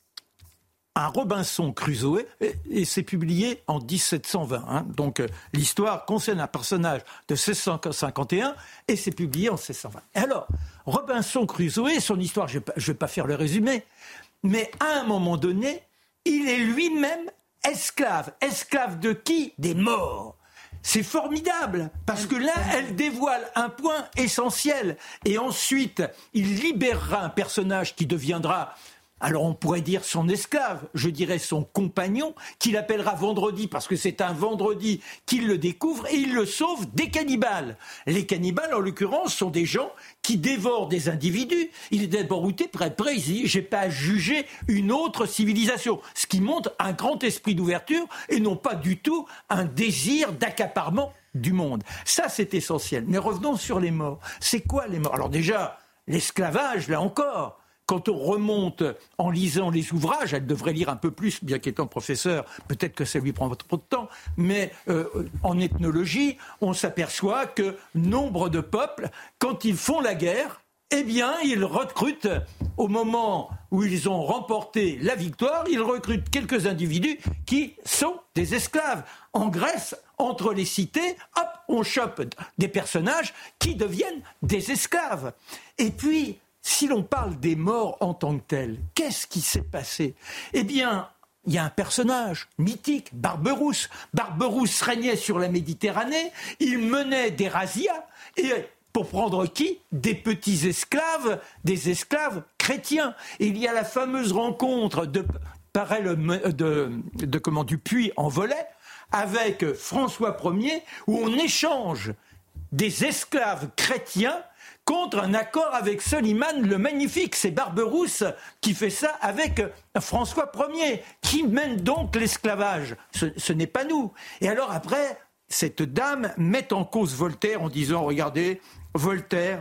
un Robinson Crusoe, et, et c'est publié en dix-sept cent vingt. Hein. Donc euh, l'histoire concerne un personnage de seize cent cinquante et un et c'est publié en seize cent vingt. Et alors, Robinson Crusoe, son histoire, je ne vais pas faire le résumé, mais à un moment donné, il est lui-même esclave. Esclave de qui ? Des morts. C'est formidable, parce que là, elle dévoile un point essentiel. Et ensuite, il libérera un personnage qui deviendra... Alors on pourrait dire son esclave, je dirais son compagnon, qu'il appellera Vendredi parce que c'est un vendredi qu'il le découvre et il le sauve des cannibales. Les cannibales, en l'occurrence, sont des gens qui dévorent des individus. Il est d'abord routé, près près, il dit « j'ai pas à juger une autre civilisation », ce qui montre un grand esprit d'ouverture et non pas du tout un désir d'accaparement du monde. Ça, c'est essentiel. Mais revenons sur les morts. C'est quoi les morts ? Alors déjà, l'esclavage, là encore... Quand on remonte en lisant les ouvrages, elle devrait lire un peu plus, bien qu'étant professeur, peut-être que ça lui prend trop de temps, mais euh, en ethnologie, on s'aperçoit que nombre de peuples, quand ils font la guerre, eh bien, ils recrutent, au moment où ils ont remporté la victoire, ils recrutent quelques individus qui sont des esclaves. En Grèce, entre les cités, hop, on chope des personnages qui deviennent des esclaves. Et puis... Si l'on parle des morts en tant que tels, qu'est-ce qui s'est passé ? Eh bien, il y a un personnage mythique, Barberousse. Barberousse régnait sur la Méditerranée, il menait des razzias, et pour prendre qui ? Des petits esclaves, des esclaves chrétiens. Et il y a la fameuse rencontre de, Parel, de, de comment, du Puy en Velay avec François Ier, où on échange des esclaves chrétiens contre un accord avec Soliman le Magnifique. C'est Barberousse qui fait ça avec François Ier, qui mène donc l'esclavage. Ce, ce n'est pas nous. Et alors après, cette dame met en cause Voltaire en disant, regardez, Voltaire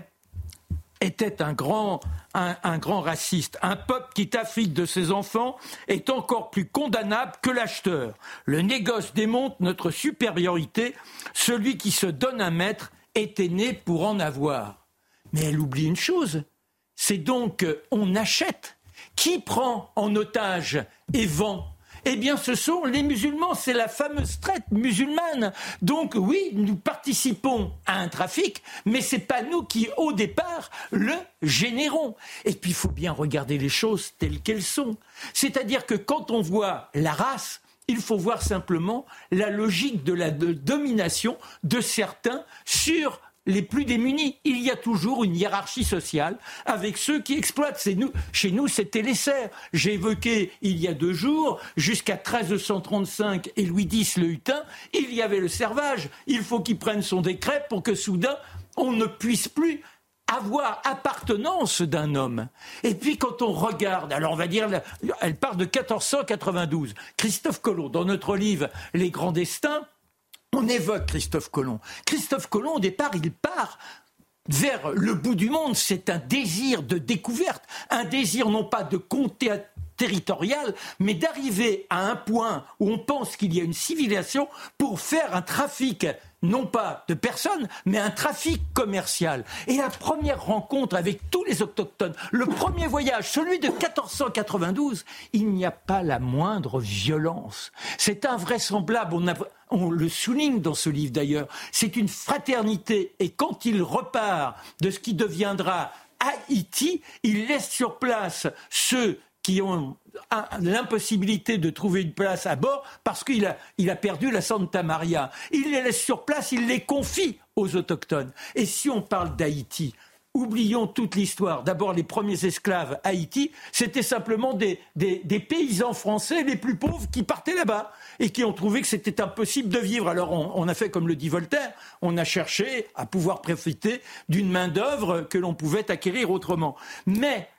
était un grand, un, un grand raciste. Un peuple qui t'afflige de ses enfants est encore plus condamnable que l'acheteur. Le négoce démontre notre supériorité. Celui qui se donne un maître était né pour en avoir. Mais elle oublie une chose, c'est donc on achète. Qui prend en otage et vend ? Eh bien, ce sont les musulmans, c'est la fameuse traite musulmane. Donc oui, nous participons à un trafic, mais c'est pas nous qui, au départ, le générons. Et puis, il faut bien regarder les choses telles qu'elles sont. C'est-à-dire que quand on voit la race, il faut voir simplement la logique de la de domination de certains sur les plus démunis. Il y a toujours une hiérarchie sociale avec ceux qui exploitent. C'est nous, chez nous, c'était les serfs. J'ai évoqué il y a deux jours, jusqu'à treize cent trente-cinq et Louis dix le Hutin, il y avait le servage. Il faut qu'il prenne son décret pour que soudain, on ne puisse plus avoir appartenance d'un homme. Et puis quand on regarde, alors on va dire, elle part de quatorze cent quatre-vingt-douze. Christophe Colomb, dans notre livre « Les grands destins », on évoque Christophe Colomb. Christophe Colomb, au départ, il part vers le bout du monde. C'est un désir de découverte, un désir non pas de comté territorial, mais d'arriver à un point où on pense qu'il y a une civilisation pour faire un trafic, non pas de personnes, mais un trafic commercial. Et la première rencontre avec tous les autochtones, le premier voyage, celui de quatorze cent quatre-vingt-douze, il n'y a pas la moindre violence. C'est invraisemblable, on, a, on le souligne dans ce livre d'ailleurs, c'est une fraternité. Et quand il repart de ce qui deviendra Haïti, il laisse sur place ceux qui ont l'impossibilité de trouver une place à bord parce qu'il a, il a perdu la Santa Maria. Il les laisse sur place, il les confie aux autochtones. Et si on parle d'Haïti, oublions toute l'histoire. D'abord, les premiers esclaves à Haïti, c'était simplement des, des, des paysans français les plus pauvres qui partaient là-bas et qui ont trouvé que c'était impossible de vivre. Alors on, on a fait comme le dit Voltaire, on a cherché à pouvoir profiter d'une main-d'œuvre que l'on pouvait acquérir autrement. Mais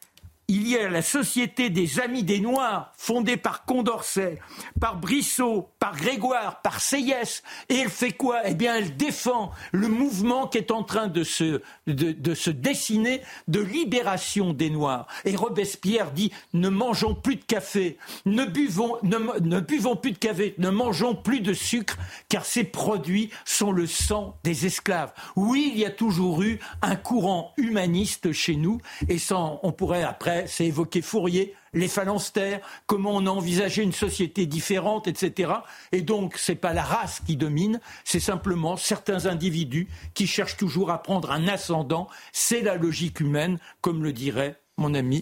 il y a la Société des Amis des Noirs, fondée par Condorcet, par Brissot, par Grégoire, par Seyès. Et elle fait quoi ? Eh bien, elle défend le mouvement qui est en train de se, de, de se dessiner de libération des Noirs. Et Robespierre dit « Ne mangeons plus de café, ne buvons, ne, ne buvons plus de café, ne mangeons plus de sucre, car ces produits sont le sang des esclaves. » Oui, il y a toujours eu un courant humaniste chez nous, et sans, on pourrait après c'est évoqué Fourier, les phalanstères, comment on a envisagé une société différente, et cetera. Et donc, c'est pas la race qui domine, c'est simplement certains individus qui cherchent toujours à prendre un ascendant. C'est la logique humaine, comme le dirait mon ami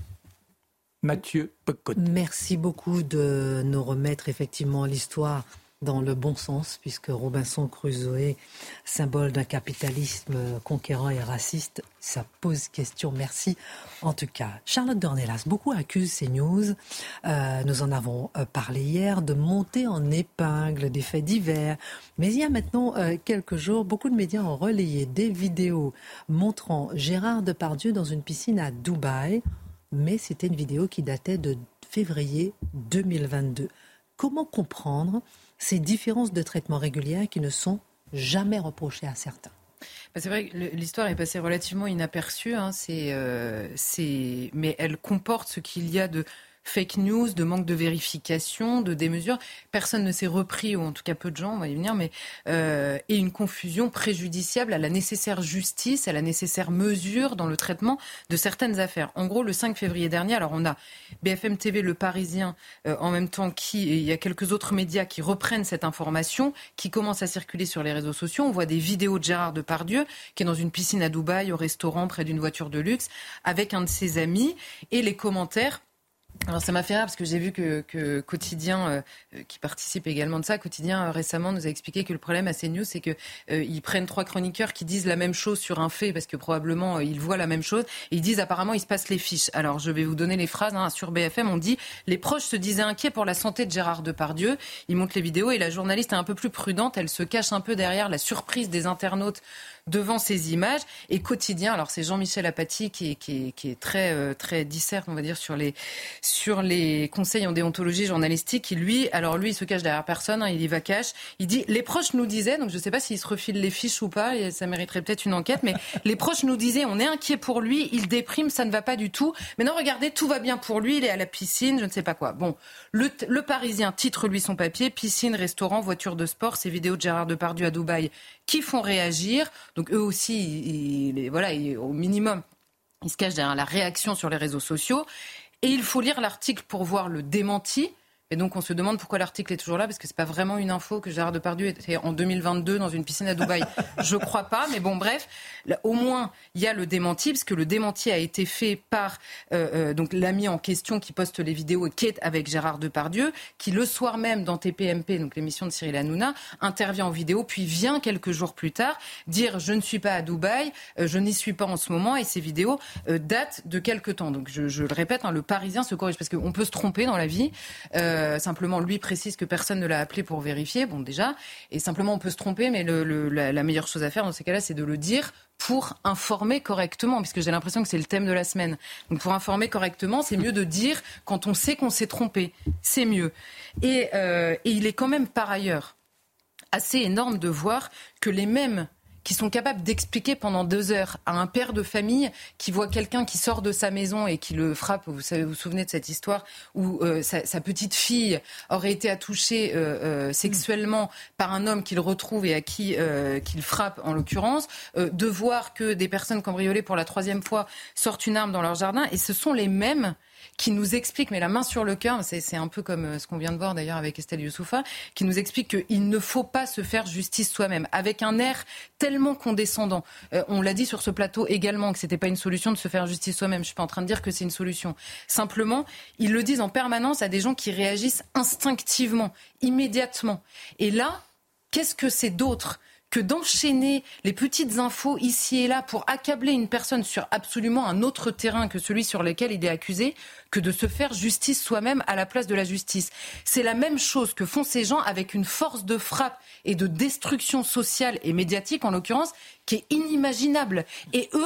Mathieu Bock-Côté. Merci beaucoup de nous remettre effectivement l'histoire dans le bon sens, puisque Robinson Crusoe, symbole d'un capitalisme conquérant et raciste, ça pose question. Merci en tout cas. Charlotte Dornelas, beaucoup accusent CNews, euh, nous en avons parlé hier, de monter en épingle des faits divers. Mais il y a maintenant euh, quelques jours, beaucoup de médias ont relayé des vidéos montrant Gérard Depardieu dans une piscine à Dubaï, mais c'était une vidéo qui datait de février deux mille vingt-deux. Comment comprendre ces différences de traitement régulières qui ne sont jamais reprochées à certains? Bah c'est vrai que l'histoire est passée relativement inaperçue, hein, c'est, euh, c'est... mais elle comporte ce qu'il y a de fake news, de manque de vérification, de démesure. Personne ne s'est repris, ou en tout cas peu de gens, on va y venir, mais euh, et une confusion préjudiciable à la nécessaire justice, à la nécessaire mesure dans le traitement de certaines affaires. En gros, le cinq février dernier, alors on a B F M T V, Le Parisien, euh, en même temps, qui, et il y a quelques autres médias qui reprennent cette information, qui commence à circuler sur les réseaux sociaux. On voit des vidéos de Gérard Depardieu, qui est dans une piscine à Dubaï, au restaurant, près d'une voiture de luxe, avec un de ses amis, et les commentaires. Alors ça m'a fait rire parce que j'ai vu que, que Quotidien, euh, qui participe également de ça, Quotidien euh, récemment nous a expliqué que le problème à CNews, c'est qu'ils euh, prennent trois chroniqueurs qui disent la même chose sur un fait, parce que probablement euh, ils voient la même chose, et ils disent apparemment ils se passent les fiches. Alors je vais vous donner les phrases, hein. Sur B F M on dit « Les proches se disaient inquiets pour la santé de Gérard Depardieu ». Ils montrent les vidéos et la journaliste est un peu plus prudente, elle se cache un peu derrière la surprise des internautes devant ces images. Et Quotidien, alors c'est Jean-Michel Apathy qui est, qui est, qui est très, euh, très disserte, on va dire, sur les, sur les conseils en déontologie journalistique, qui lui, alors lui, il se cache derrière personne, hein, il y va cash. Il dit, les proches nous disaient, donc je ne sais pas s'il se refile les fiches ou pas, et ça mériterait peut-être une enquête, mais les proches nous disaient, on est inquiet pour lui, il déprime, ça ne va pas du tout. Mais non, regardez, tout va bien pour lui, il est à la piscine, je ne sais pas quoi. Bon, le, le Parisien titre lui son papier, piscine, restaurant, voiture de sport, ces vidéos de Gérard Depardieu à Dubaï qui font réagir. Donc eux aussi, ils, ils, voilà, ils, au minimum, ils se cachent derrière la réaction sur les réseaux sociaux. Et il faut lire l'article pour voir le démenti. Et donc on se demande pourquoi l'article est toujours là, parce que c'est pas vraiment une info que Gérard Depardieu était en deux mille vingt-deux dans une piscine à Dubaï. Je crois pas, mais bon bref, là, au moins il y a le démenti, parce que le démenti a été fait par euh, euh, donc l'ami en question qui poste les vidéos et qui est avec Gérard Depardieu, qui le soir même dans T P M P, donc l'émission de Cyril Hanouna, intervient en vidéo, puis vient quelques jours plus tard dire je ne suis pas à Dubaï, euh, je n'y suis pas en ce moment, et ces vidéos euh, datent de quelque temps. Donc je, je le répète, hein, le Parisien se corrige, parce qu'on peut se tromper dans la vie. Euh, Euh, simplement, lui précise que personne ne l'a appelé pour vérifier, bon déjà, et simplement on peut se tromper, mais le, le, la, la meilleure chose à faire dans ces cas-là, c'est de le dire pour informer correctement, puisque j'ai l'impression que c'est le thème de la semaine. Donc pour informer correctement, c'est mieux de dire quand on sait qu'on s'est trompé, c'est mieux. Et, euh, et il est quand même par ailleurs assez énorme de voir que les mêmes qui sont capables d'expliquer pendant deux heures à un père de famille qui voit quelqu'un qui sort de sa maison et qui le frappe, vous savez, vous vous souvenez de cette histoire où euh, sa, sa petite fille aurait été attouchée euh, euh, sexuellement par un homme qu'il retrouve et à qui euh, qu'il frappe en l'occurrence, euh, de voir que des personnes cambriolées pour la troisième fois sortent une arme dans leur jardin, et ce sont les mêmes qui nous explique, mais la main sur le cœur, c'est, c'est un peu comme ce qu'on vient de voir d'ailleurs avec Estelle Youssoufa, qui nous explique qu'il ne faut pas se faire justice soi-même, avec un air tellement condescendant. Euh, on l'a dit sur ce plateau également que c'était pas une solution de se faire justice soi-même. Je suis pas en train de dire que c'est une solution. Simplement, ils le disent en permanence à des gens qui réagissent instinctivement, immédiatement. Et là, qu'est-ce que c'est d'autre que d'enchaîner les petites infos ici et là pour accabler une personne sur absolument un autre terrain que celui sur lequel il est accusé, que de se faire justice soi-même à la place de la justice. C'est la même chose que font ces gens avec une force de frappe et de destruction sociale et médiatique, en l'occurrence, qui est inimaginable. Et eux,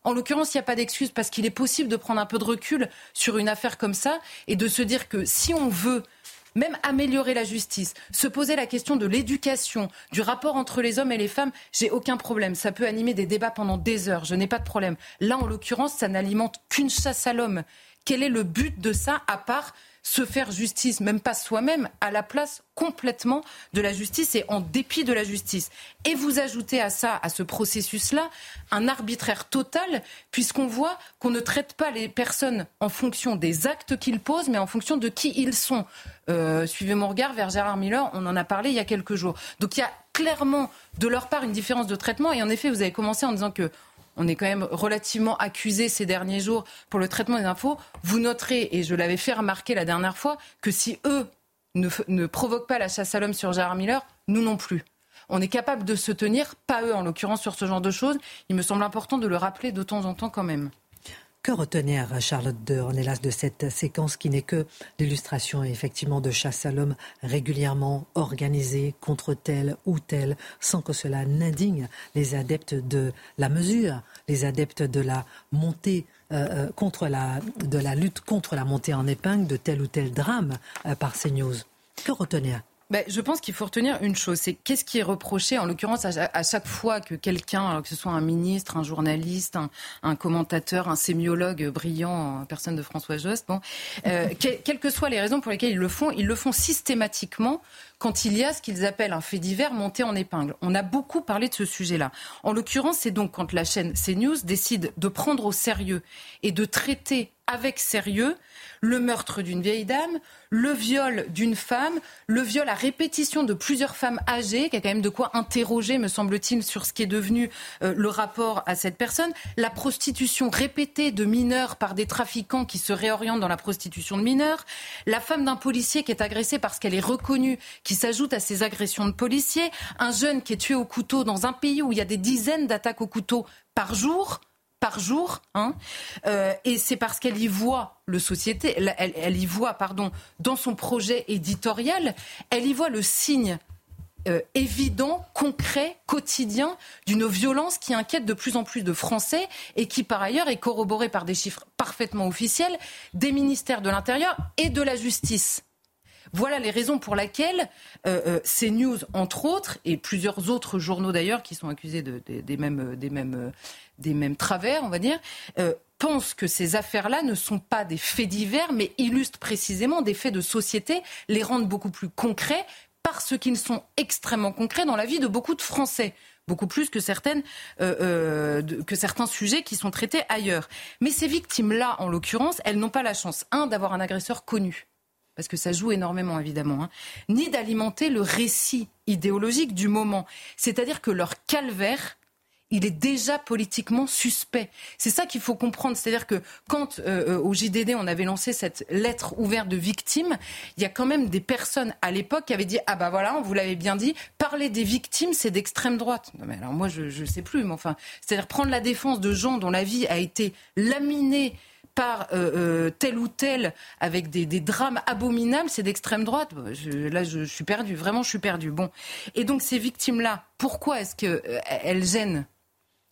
En l'occurrence, il n'y a pas d'excuse parce qu'il est possible de prendre un peu de recul sur une affaire comme ça et de se dire que si on veut même améliorer la justice, se poser la question de l'éducation, du rapport entre les hommes et les femmes, j'ai aucun problème. Ça peut animer des débats pendant des heures, je n'ai pas de problème. Là, en l'occurrence, ça n'alimente qu'une chasse à l'homme. Quel est le but de ça, à part se faire justice, même pas soi-même, à la place complètement de la justice et en dépit de la justice. Et vous ajoutez à ça, à ce processus-là, un arbitraire total, puisqu'on voit qu'on ne traite pas les personnes en fonction des actes qu'ils posent, mais en fonction de qui ils sont. Euh, suivez mon regard vers Gérard Miller, on en a parlé il y a quelques jours. Donc il y a clairement de leur part une différence de traitement, et en effet, vous avez commencé en disant que on est quand même relativement accusé ces derniers jours pour le traitement des infos. Vous noterez, et je l'avais fait remarquer la dernière fois, que si eux ne, ne provoquent pas la chasse à l'homme sur Gérard Miller, nous non plus. On est capable de se tenir, pas eux en l'occurrence, sur ce genre de choses. Il me semble important de le rappeler de temps en temps quand même. Que retenir, Charlotte de Ornelas, de cette séquence qui n'est que l'illustration effectivement de chasse à l'homme régulièrement organisée contre tel ou tel, sans que cela n'indigne les adeptes de la mesure, les adeptes de la montée euh, contre la, de la lutte contre la montée en épingle de tel ou tel drame euh, par CNews. Que retenir ? Ben, je pense qu'il faut retenir une chose, c'est qu'est-ce qui est reproché, en l'occurrence, à, à chaque fois que quelqu'un, alors que ce soit un ministre, un journaliste, un, un commentateur, un sémiologue brillant, personne de François Jost, bon, euh, que, quelles que soient les raisons pour lesquelles ils le font, ils le font systématiquement quand il y a ce qu'ils appellent un fait divers monté en épingle. On a beaucoup parlé de ce sujet-là. En l'occurrence, c'est donc quand la chaîne CNews décide de prendre au sérieux et de traiter avec sérieux le meurtre d'une vieille dame, le viol d'une femme, le viol à répétition de plusieurs femmes âgées, qui a quand même de quoi interroger, me semble-t-il, sur ce qui est devenu euh, le rapport à cette personne, la prostitution répétée de mineurs par des trafiquants qui se réorientent dans la prostitution de mineurs, la femme d'un policier qui est agressée parce qu'elle est reconnue, qui s'ajoute à ces agressions de policiers, un jeune qui est tué au couteau dans un pays où il y a des dizaines d'attaques au couteau par jour, par jour, hein, euh, et c'est parce qu'elle y voit le société, elle, elle, elle y voit, pardon, dans son projet éditorial, elle y voit le signe euh, évident, concret, quotidien d'une violence qui inquiète de plus en plus de Français et qui, par ailleurs, est corroborée par des chiffres parfaitement officiels des ministères de l'Intérieur et de la Justice. Voilà les raisons pour lesquelles euh, euh, CNews, entre autres, et plusieurs autres journaux d'ailleurs qui sont accusés de, de, des, mêmes, des, mêmes, des mêmes travers, on va dire, euh, pensent que ces affaires-là ne sont pas des faits divers, mais illustrent précisément des faits de société, les rendent beaucoup plus concrets parce qu'ils sont extrêmement concrets dans la vie de beaucoup de Français. Beaucoup plus que, certaines, euh, euh, de, que certains sujets qui sont traités ailleurs. Mais ces victimes-là, en l'occurrence, elles n'ont pas la chance, un, d'avoir un agresseur connu, parce que ça joue énormément évidemment, hein, ni d'alimenter le récit idéologique du moment. C'est-à-dire que leur calvaire, il est déjà politiquement suspect. C'est ça qu'il faut comprendre. C'est-à-dire que quand euh, au J D D on avait lancé cette lettre ouverte de victimes, il y a quand même des personnes à l'époque qui avaient dit « Ah bah voilà, on vous l'avait bien dit, parler des victimes, c'est d'extrême droite ». Non mais alors moi je ne sais plus, mais enfin, c'est-à-dire prendre la défense de gens dont la vie a été laminée par euh, euh, tel ou tel, avec des, des drames abominables, c'est d'extrême droite. Je, là, je, je suis perdue. Vraiment, je suis perdue. Bon. Et donc, ces victimes-là, pourquoi est-ce qu'elles euh, gênent certains ?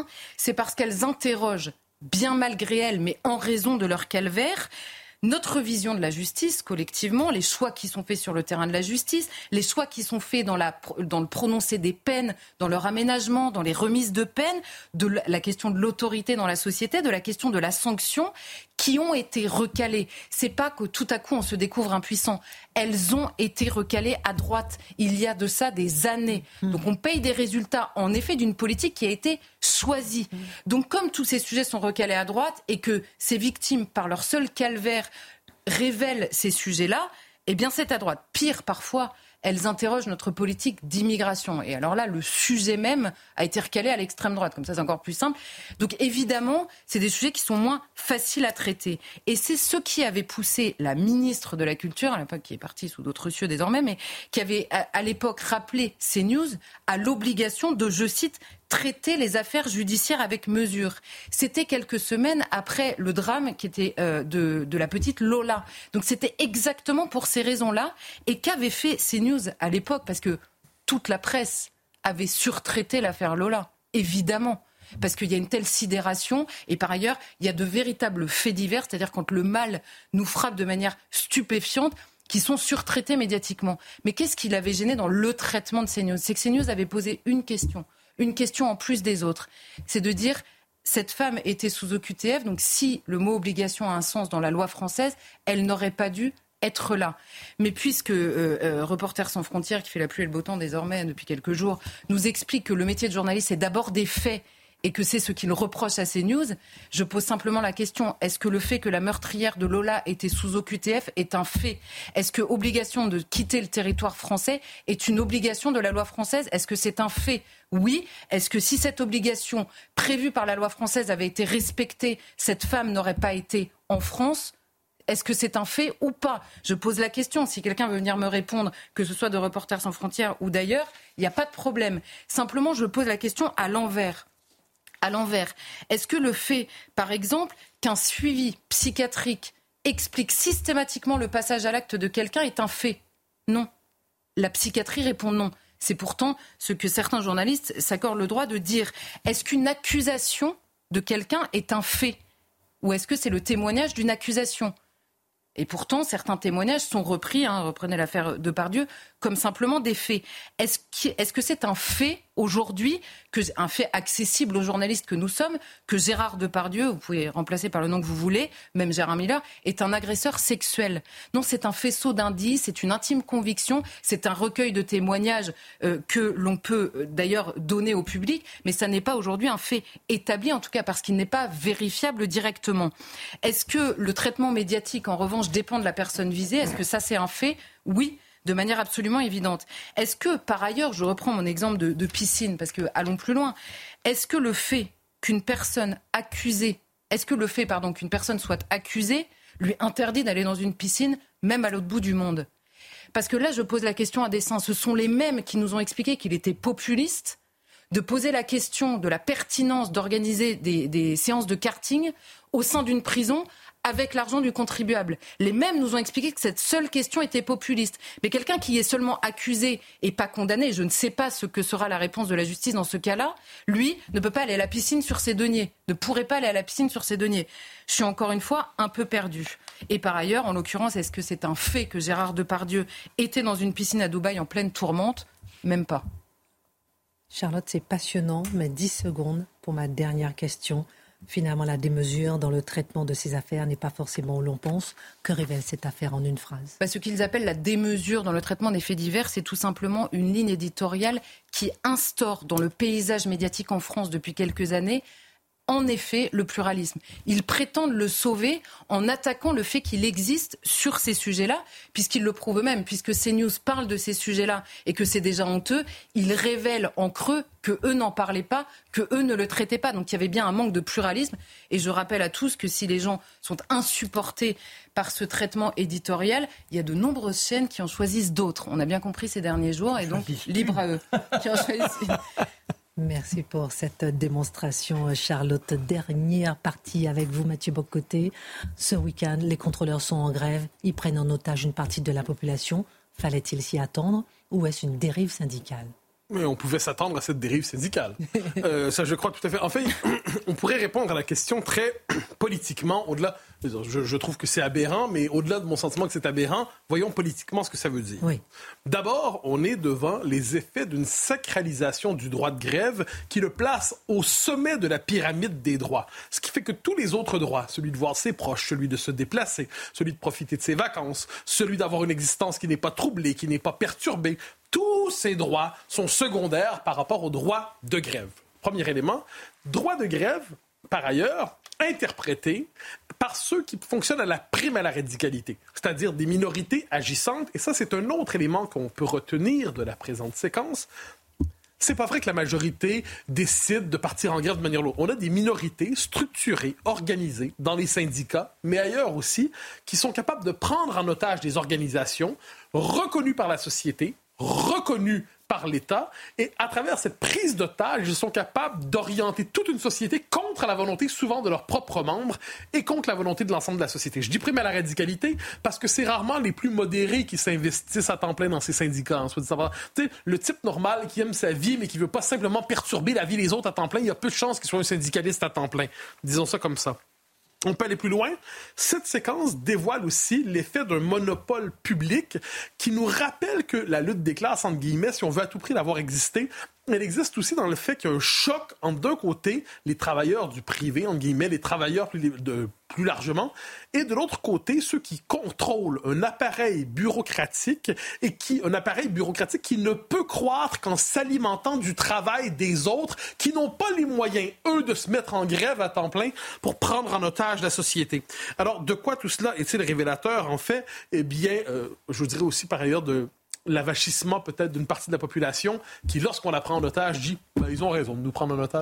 C'est parce qu'elles interrogent, bien malgré elles, mais en raison de leur calvaire, notre vision de la justice, collectivement, les choix qui sont faits sur le terrain de la justice, les choix qui sont faits dans, la, dans le prononcé des peines, dans leur aménagement, dans les remises de peines, de la question de l'autorité dans la société, de la question de la sanction, qui ont été recalées. C'est pas que tout à coup on se découvre impuissant. Elles ont été recalées à droite. Il y a de ça des années. Donc on paye des résultats, en effet, d'une politique qui a été choisie. Donc comme tous ces sujets sont recalés à droite et que ces victimes, par leur seul calvaire, révèlent ces sujets-là, eh bien c'est à droite. Pire, parfois, elles interrogent notre politique d'immigration. Et alors là, le sujet même a été recalé à l'extrême droite. Comme ça, c'est encore plus simple. Donc évidemment, c'est des sujets qui sont moins faciles à traiter. Et c'est ce qui avait poussé la ministre de la Culture, à l'époque qui est partie sous d'autres cieux désormais, mais qui avait à l'époque rappelé CNews à l'obligation de, je cite, traiter les affaires judiciaires avec mesure. C'était quelques semaines après le drame qui était euh, de, de la petite Lola. Donc c'était exactement pour ces raisons-là. Et qu'avait fait CNews à l'époque ? Parce que toute la presse avait surtraité l'affaire Lola, évidemment. parce qu'il y a une telle sidération. Et par ailleurs, il y a de véritables faits divers, c'est-à-dire quand le mal nous frappe de manière stupéfiante, qui sont surtraités médiatiquement. Mais qu'est-ce qui l'avait gêné dans le traitement de CNews ? C'est que CNews avait posé une question, une question en plus des autres. C'est de dire, cette femme était sous O Q T F, donc si le mot obligation a un sens dans la loi française, elle n'aurait pas dû être là. Mais puisque euh, euh, Reporters sans frontières, qui fait la pluie et le beau temps désormais depuis quelques jours, nous explique que le métier de journaliste c'est d'abord des faits, et que c'est ce qu'il reproche à CNews, je pose simplement la question, est-ce que le fait que la meurtrière de Lola était sous O Q T F est un fait ? Est-ce que l'obligation de quitter le territoire français est une obligation de la loi française ? Est-ce que c'est un fait ? Oui. Est-ce que si cette obligation prévue par la loi française avait été respectée, cette femme n'aurait pas été en France ? Est-ce que c'est un fait ou pas ? Je pose la question. Si quelqu'un veut venir me répondre, que ce soit de Reporters sans frontières ou d'ailleurs, il n'y a pas de problème. Simplement, je pose la question à l'envers. À l'envers. Est-ce que le fait, par exemple, qu'un suivi psychiatrique explique systématiquement le passage à l'acte de quelqu'un est un fait ? Non. La psychiatrie répond non. C'est pourtant ce que certains journalistes s'accordent le droit de dire. Est-ce qu'une accusation de quelqu'un est un fait ? Ou est-ce que c'est le témoignage d'une accusation ? Et pourtant, certains témoignages sont repris, hein, reprenez l'affaire Depardieu, comme simplement des faits. Est-ce que, est-ce que c'est un fait aujourd'hui, que, un fait accessible aux journalistes que nous sommes, que Gérard Depardieu, vous pouvez remplacer par le nom que vous voulez, même Gérard Miller, est un agresseur sexuel ? Non, c'est un faisceau d'indices, c'est une intime conviction, c'est un recueil de témoignages euh, que l'on peut euh, d'ailleurs donner au public, mais ça n'est pas aujourd'hui un fait établi, en tout cas parce qu'il n'est pas vérifiable directement. Est-ce que le traitement médiatique, en revanche, dépend de la personne visée ? Est-ce que ça, c'est un fait ? Oui, de manière absolument évidente. Est-ce que, par ailleurs, je reprends mon exemple de, de piscine, parce que allons plus loin, est-ce que le fait qu'une personne accusée, est-ce que le fait, pardon, qu'une personne soit accusée lui interdit d'aller dans une piscine, même à l'autre bout du monde ? Parce que là, je pose la question à dessein. Ce sont les mêmes qui nous ont expliqué qu'il était populiste de poser la question de la pertinence d'organiser des, des séances de karting au sein d'une prison avec l'argent du contribuable. Les mêmes nous ont expliqué que cette seule question était populiste. Mais quelqu'un qui est seulement accusé et pas condamné, je ne sais pas ce que sera la réponse de la justice dans ce cas-là, lui ne peut pas aller à la piscine sur ses deniers, ne pourrait pas aller à la piscine sur ses deniers. Je suis encore une fois un peu perdue. Et par ailleurs, en l'occurrence, est-ce que c'est un fait que Gérard Depardieu était dans une piscine à Dubaï en pleine tourmente ? Même pas. Charlotte, c'est passionnant, mais dix secondes pour ma dernière question. Finalement, la démesure dans le traitement de ces affaires n'est pas forcément où l'on pense. Que révèle cette affaire en une phrase ? Bah, ce qu'ils appellent la démesure dans le traitement des faits divers, c'est tout simplement une ligne éditoriale qui instaure dans le paysage médiatique en France depuis quelques années, en effet, le pluralisme. Ils prétendent le sauver en attaquant le fait qu'il existe sur ces sujets-là, puisqu'ils le prouvent eux-mêmes, puisque CNews parle de ces sujets-là et que c'est déjà honteux, ils révèlent en creux que eux n'en parlaient pas, que eux ne le traitaient pas. Donc il y avait bien un manque de pluralisme. Et je rappelle à tous que si les gens sont insupportés par ce traitement éditorial, il y a de nombreuses chaînes qui en choisissent d'autres. On a bien compris ces derniers jours, et donc libre à eux. Qui en choisissent. Merci pour cette démonstration, Charlotte. Dernière partie avec vous, Mathieu Bock-Côté. Ce week-end, les contrôleurs sont en grève. Ils prennent en otage une partie de la population. Fallait-il s'y attendre ou est-ce une dérive syndicale ? Mais on pouvait s'attendre à cette dérive syndicale. Euh, ça, je crois tout à fait. En fait, on pourrait répondre à la question très politiquement, au-delà... Je, je trouve que c'est aberrant, mais au-delà de mon sentiment que c'est aberrant, voyons politiquement ce que ça veut dire. Oui. D'abord, on est devant les effets d'une sacralisation du droit de grève qui le place au sommet de la pyramide des droits. Ce qui fait que tous les autres droits, celui de voir ses proches, celui de se déplacer, celui de profiter de ses vacances, celui d'avoir une existence qui n'est pas troublée, qui n'est pas perturbée, tous ces droits sont secondaires par rapport au droit de grève. Premier élément, droit de grève, par ailleurs, interprété par ceux qui fonctionnent à la prime à la radicalité, c'est-à-dire des minorités agissantes. Et ça, c'est un autre élément qu'on peut retenir de la présente séquence. C'est pas vrai que la majorité décide de partir en grève de manière lourde. On a des minorités structurées, organisées dans les syndicats, mais ailleurs aussi, qui sont capables de prendre en otage des organisations reconnues par la société, reconnues par l'État. Et à travers cette prise d'otage, ils sont capables d'orienter toute une société contre la volonté souvent de leurs propres membres et contre la volonté de l'ensemble de la société. Je dis prime à la radicalité parce que c'est rarement les plus modérés qui s'investissent à temps plein dans ces syndicats. Hein, soit dit savoir. Tu sais, le type normal qui aime sa vie mais qui veut pas simplement perturber la vie des autres à temps plein, il y a peu de chances qu'il soit un syndicaliste à temps plein. Disons ça comme ça. On peut aller plus loin. Cette séquence dévoile aussi l'effet d'un monopole public qui nous rappelle que la lutte des classes, entre guillemets, si on veut à tout prix l'avoir existé, elle existe aussi dans le fait qu'il y a un choc entre, d'un côté, les travailleurs du privé, entre guillemets, les travailleurs plus, de, plus largement, et de l'autre côté, ceux qui contrôlent un appareil bureaucratique et qui, un appareil bureaucratique qui ne peut croître qu'en s'alimentant du travail des autres qui n'ont pas les moyens, eux, de se mettre en grève à temps plein pour prendre en otage la société. Alors, de quoi tout cela est-il révélateur, en fait? Eh bien, euh, je vous dirais aussi, par ailleurs, de l'avachissement peut-être d'une partie de la population qui, lorsqu'on la prend en otage, dit ben, « ils ont raison de nous prendre en otage ».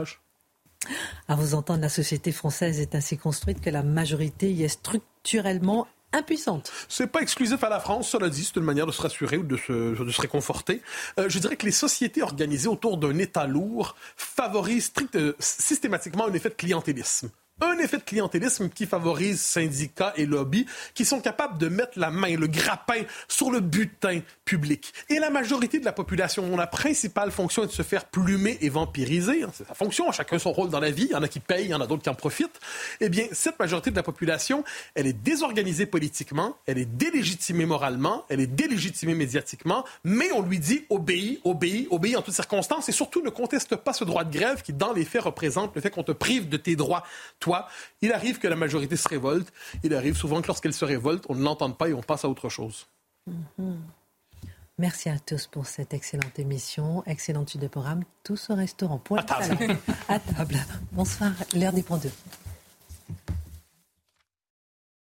À vous entendre, la société française est ainsi construite que la majorité y est structurellement impuissante. C'est pas exclusif à la France, cela dit, c'est une manière de se rassurer ou de se, de se réconforter. Euh, je dirais que les sociétés organisées autour d'un État lourd favorisent strict, euh, systématiquement un effet de clientélisme. Un effet de clientélisme qui favorise syndicats et lobbies qui sont capables de mettre la main, le grappin sur le butin public. Et la majorité de la population, dont la principale fonction est de se faire plumer et vampiriser, c'est sa fonction, chacun son rôle dans la vie, il y en a qui payent, il y en a d'autres qui en profitent, eh bien, cette majorité de la population, elle est désorganisée politiquement, elle est délégitimée moralement, elle est délégitimée médiatiquement, mais on lui dit obéis, obéis, obéis en toutes circonstances et surtout ne conteste pas ce droit de grève qui, dans les faits, représente le fait qu'on te prive de tes droits. Toi, il arrive que la majorité se révolte. Il arrive souvent que lorsqu'elle se révolte, on ne l'entende pas et on passe à autre chose. Mm-hmm. Merci à tous pour cette excellente émission. Excellente suite de programme. Tous au restaurant. Point à table. À table. Bonsoir, l'heure des points deux.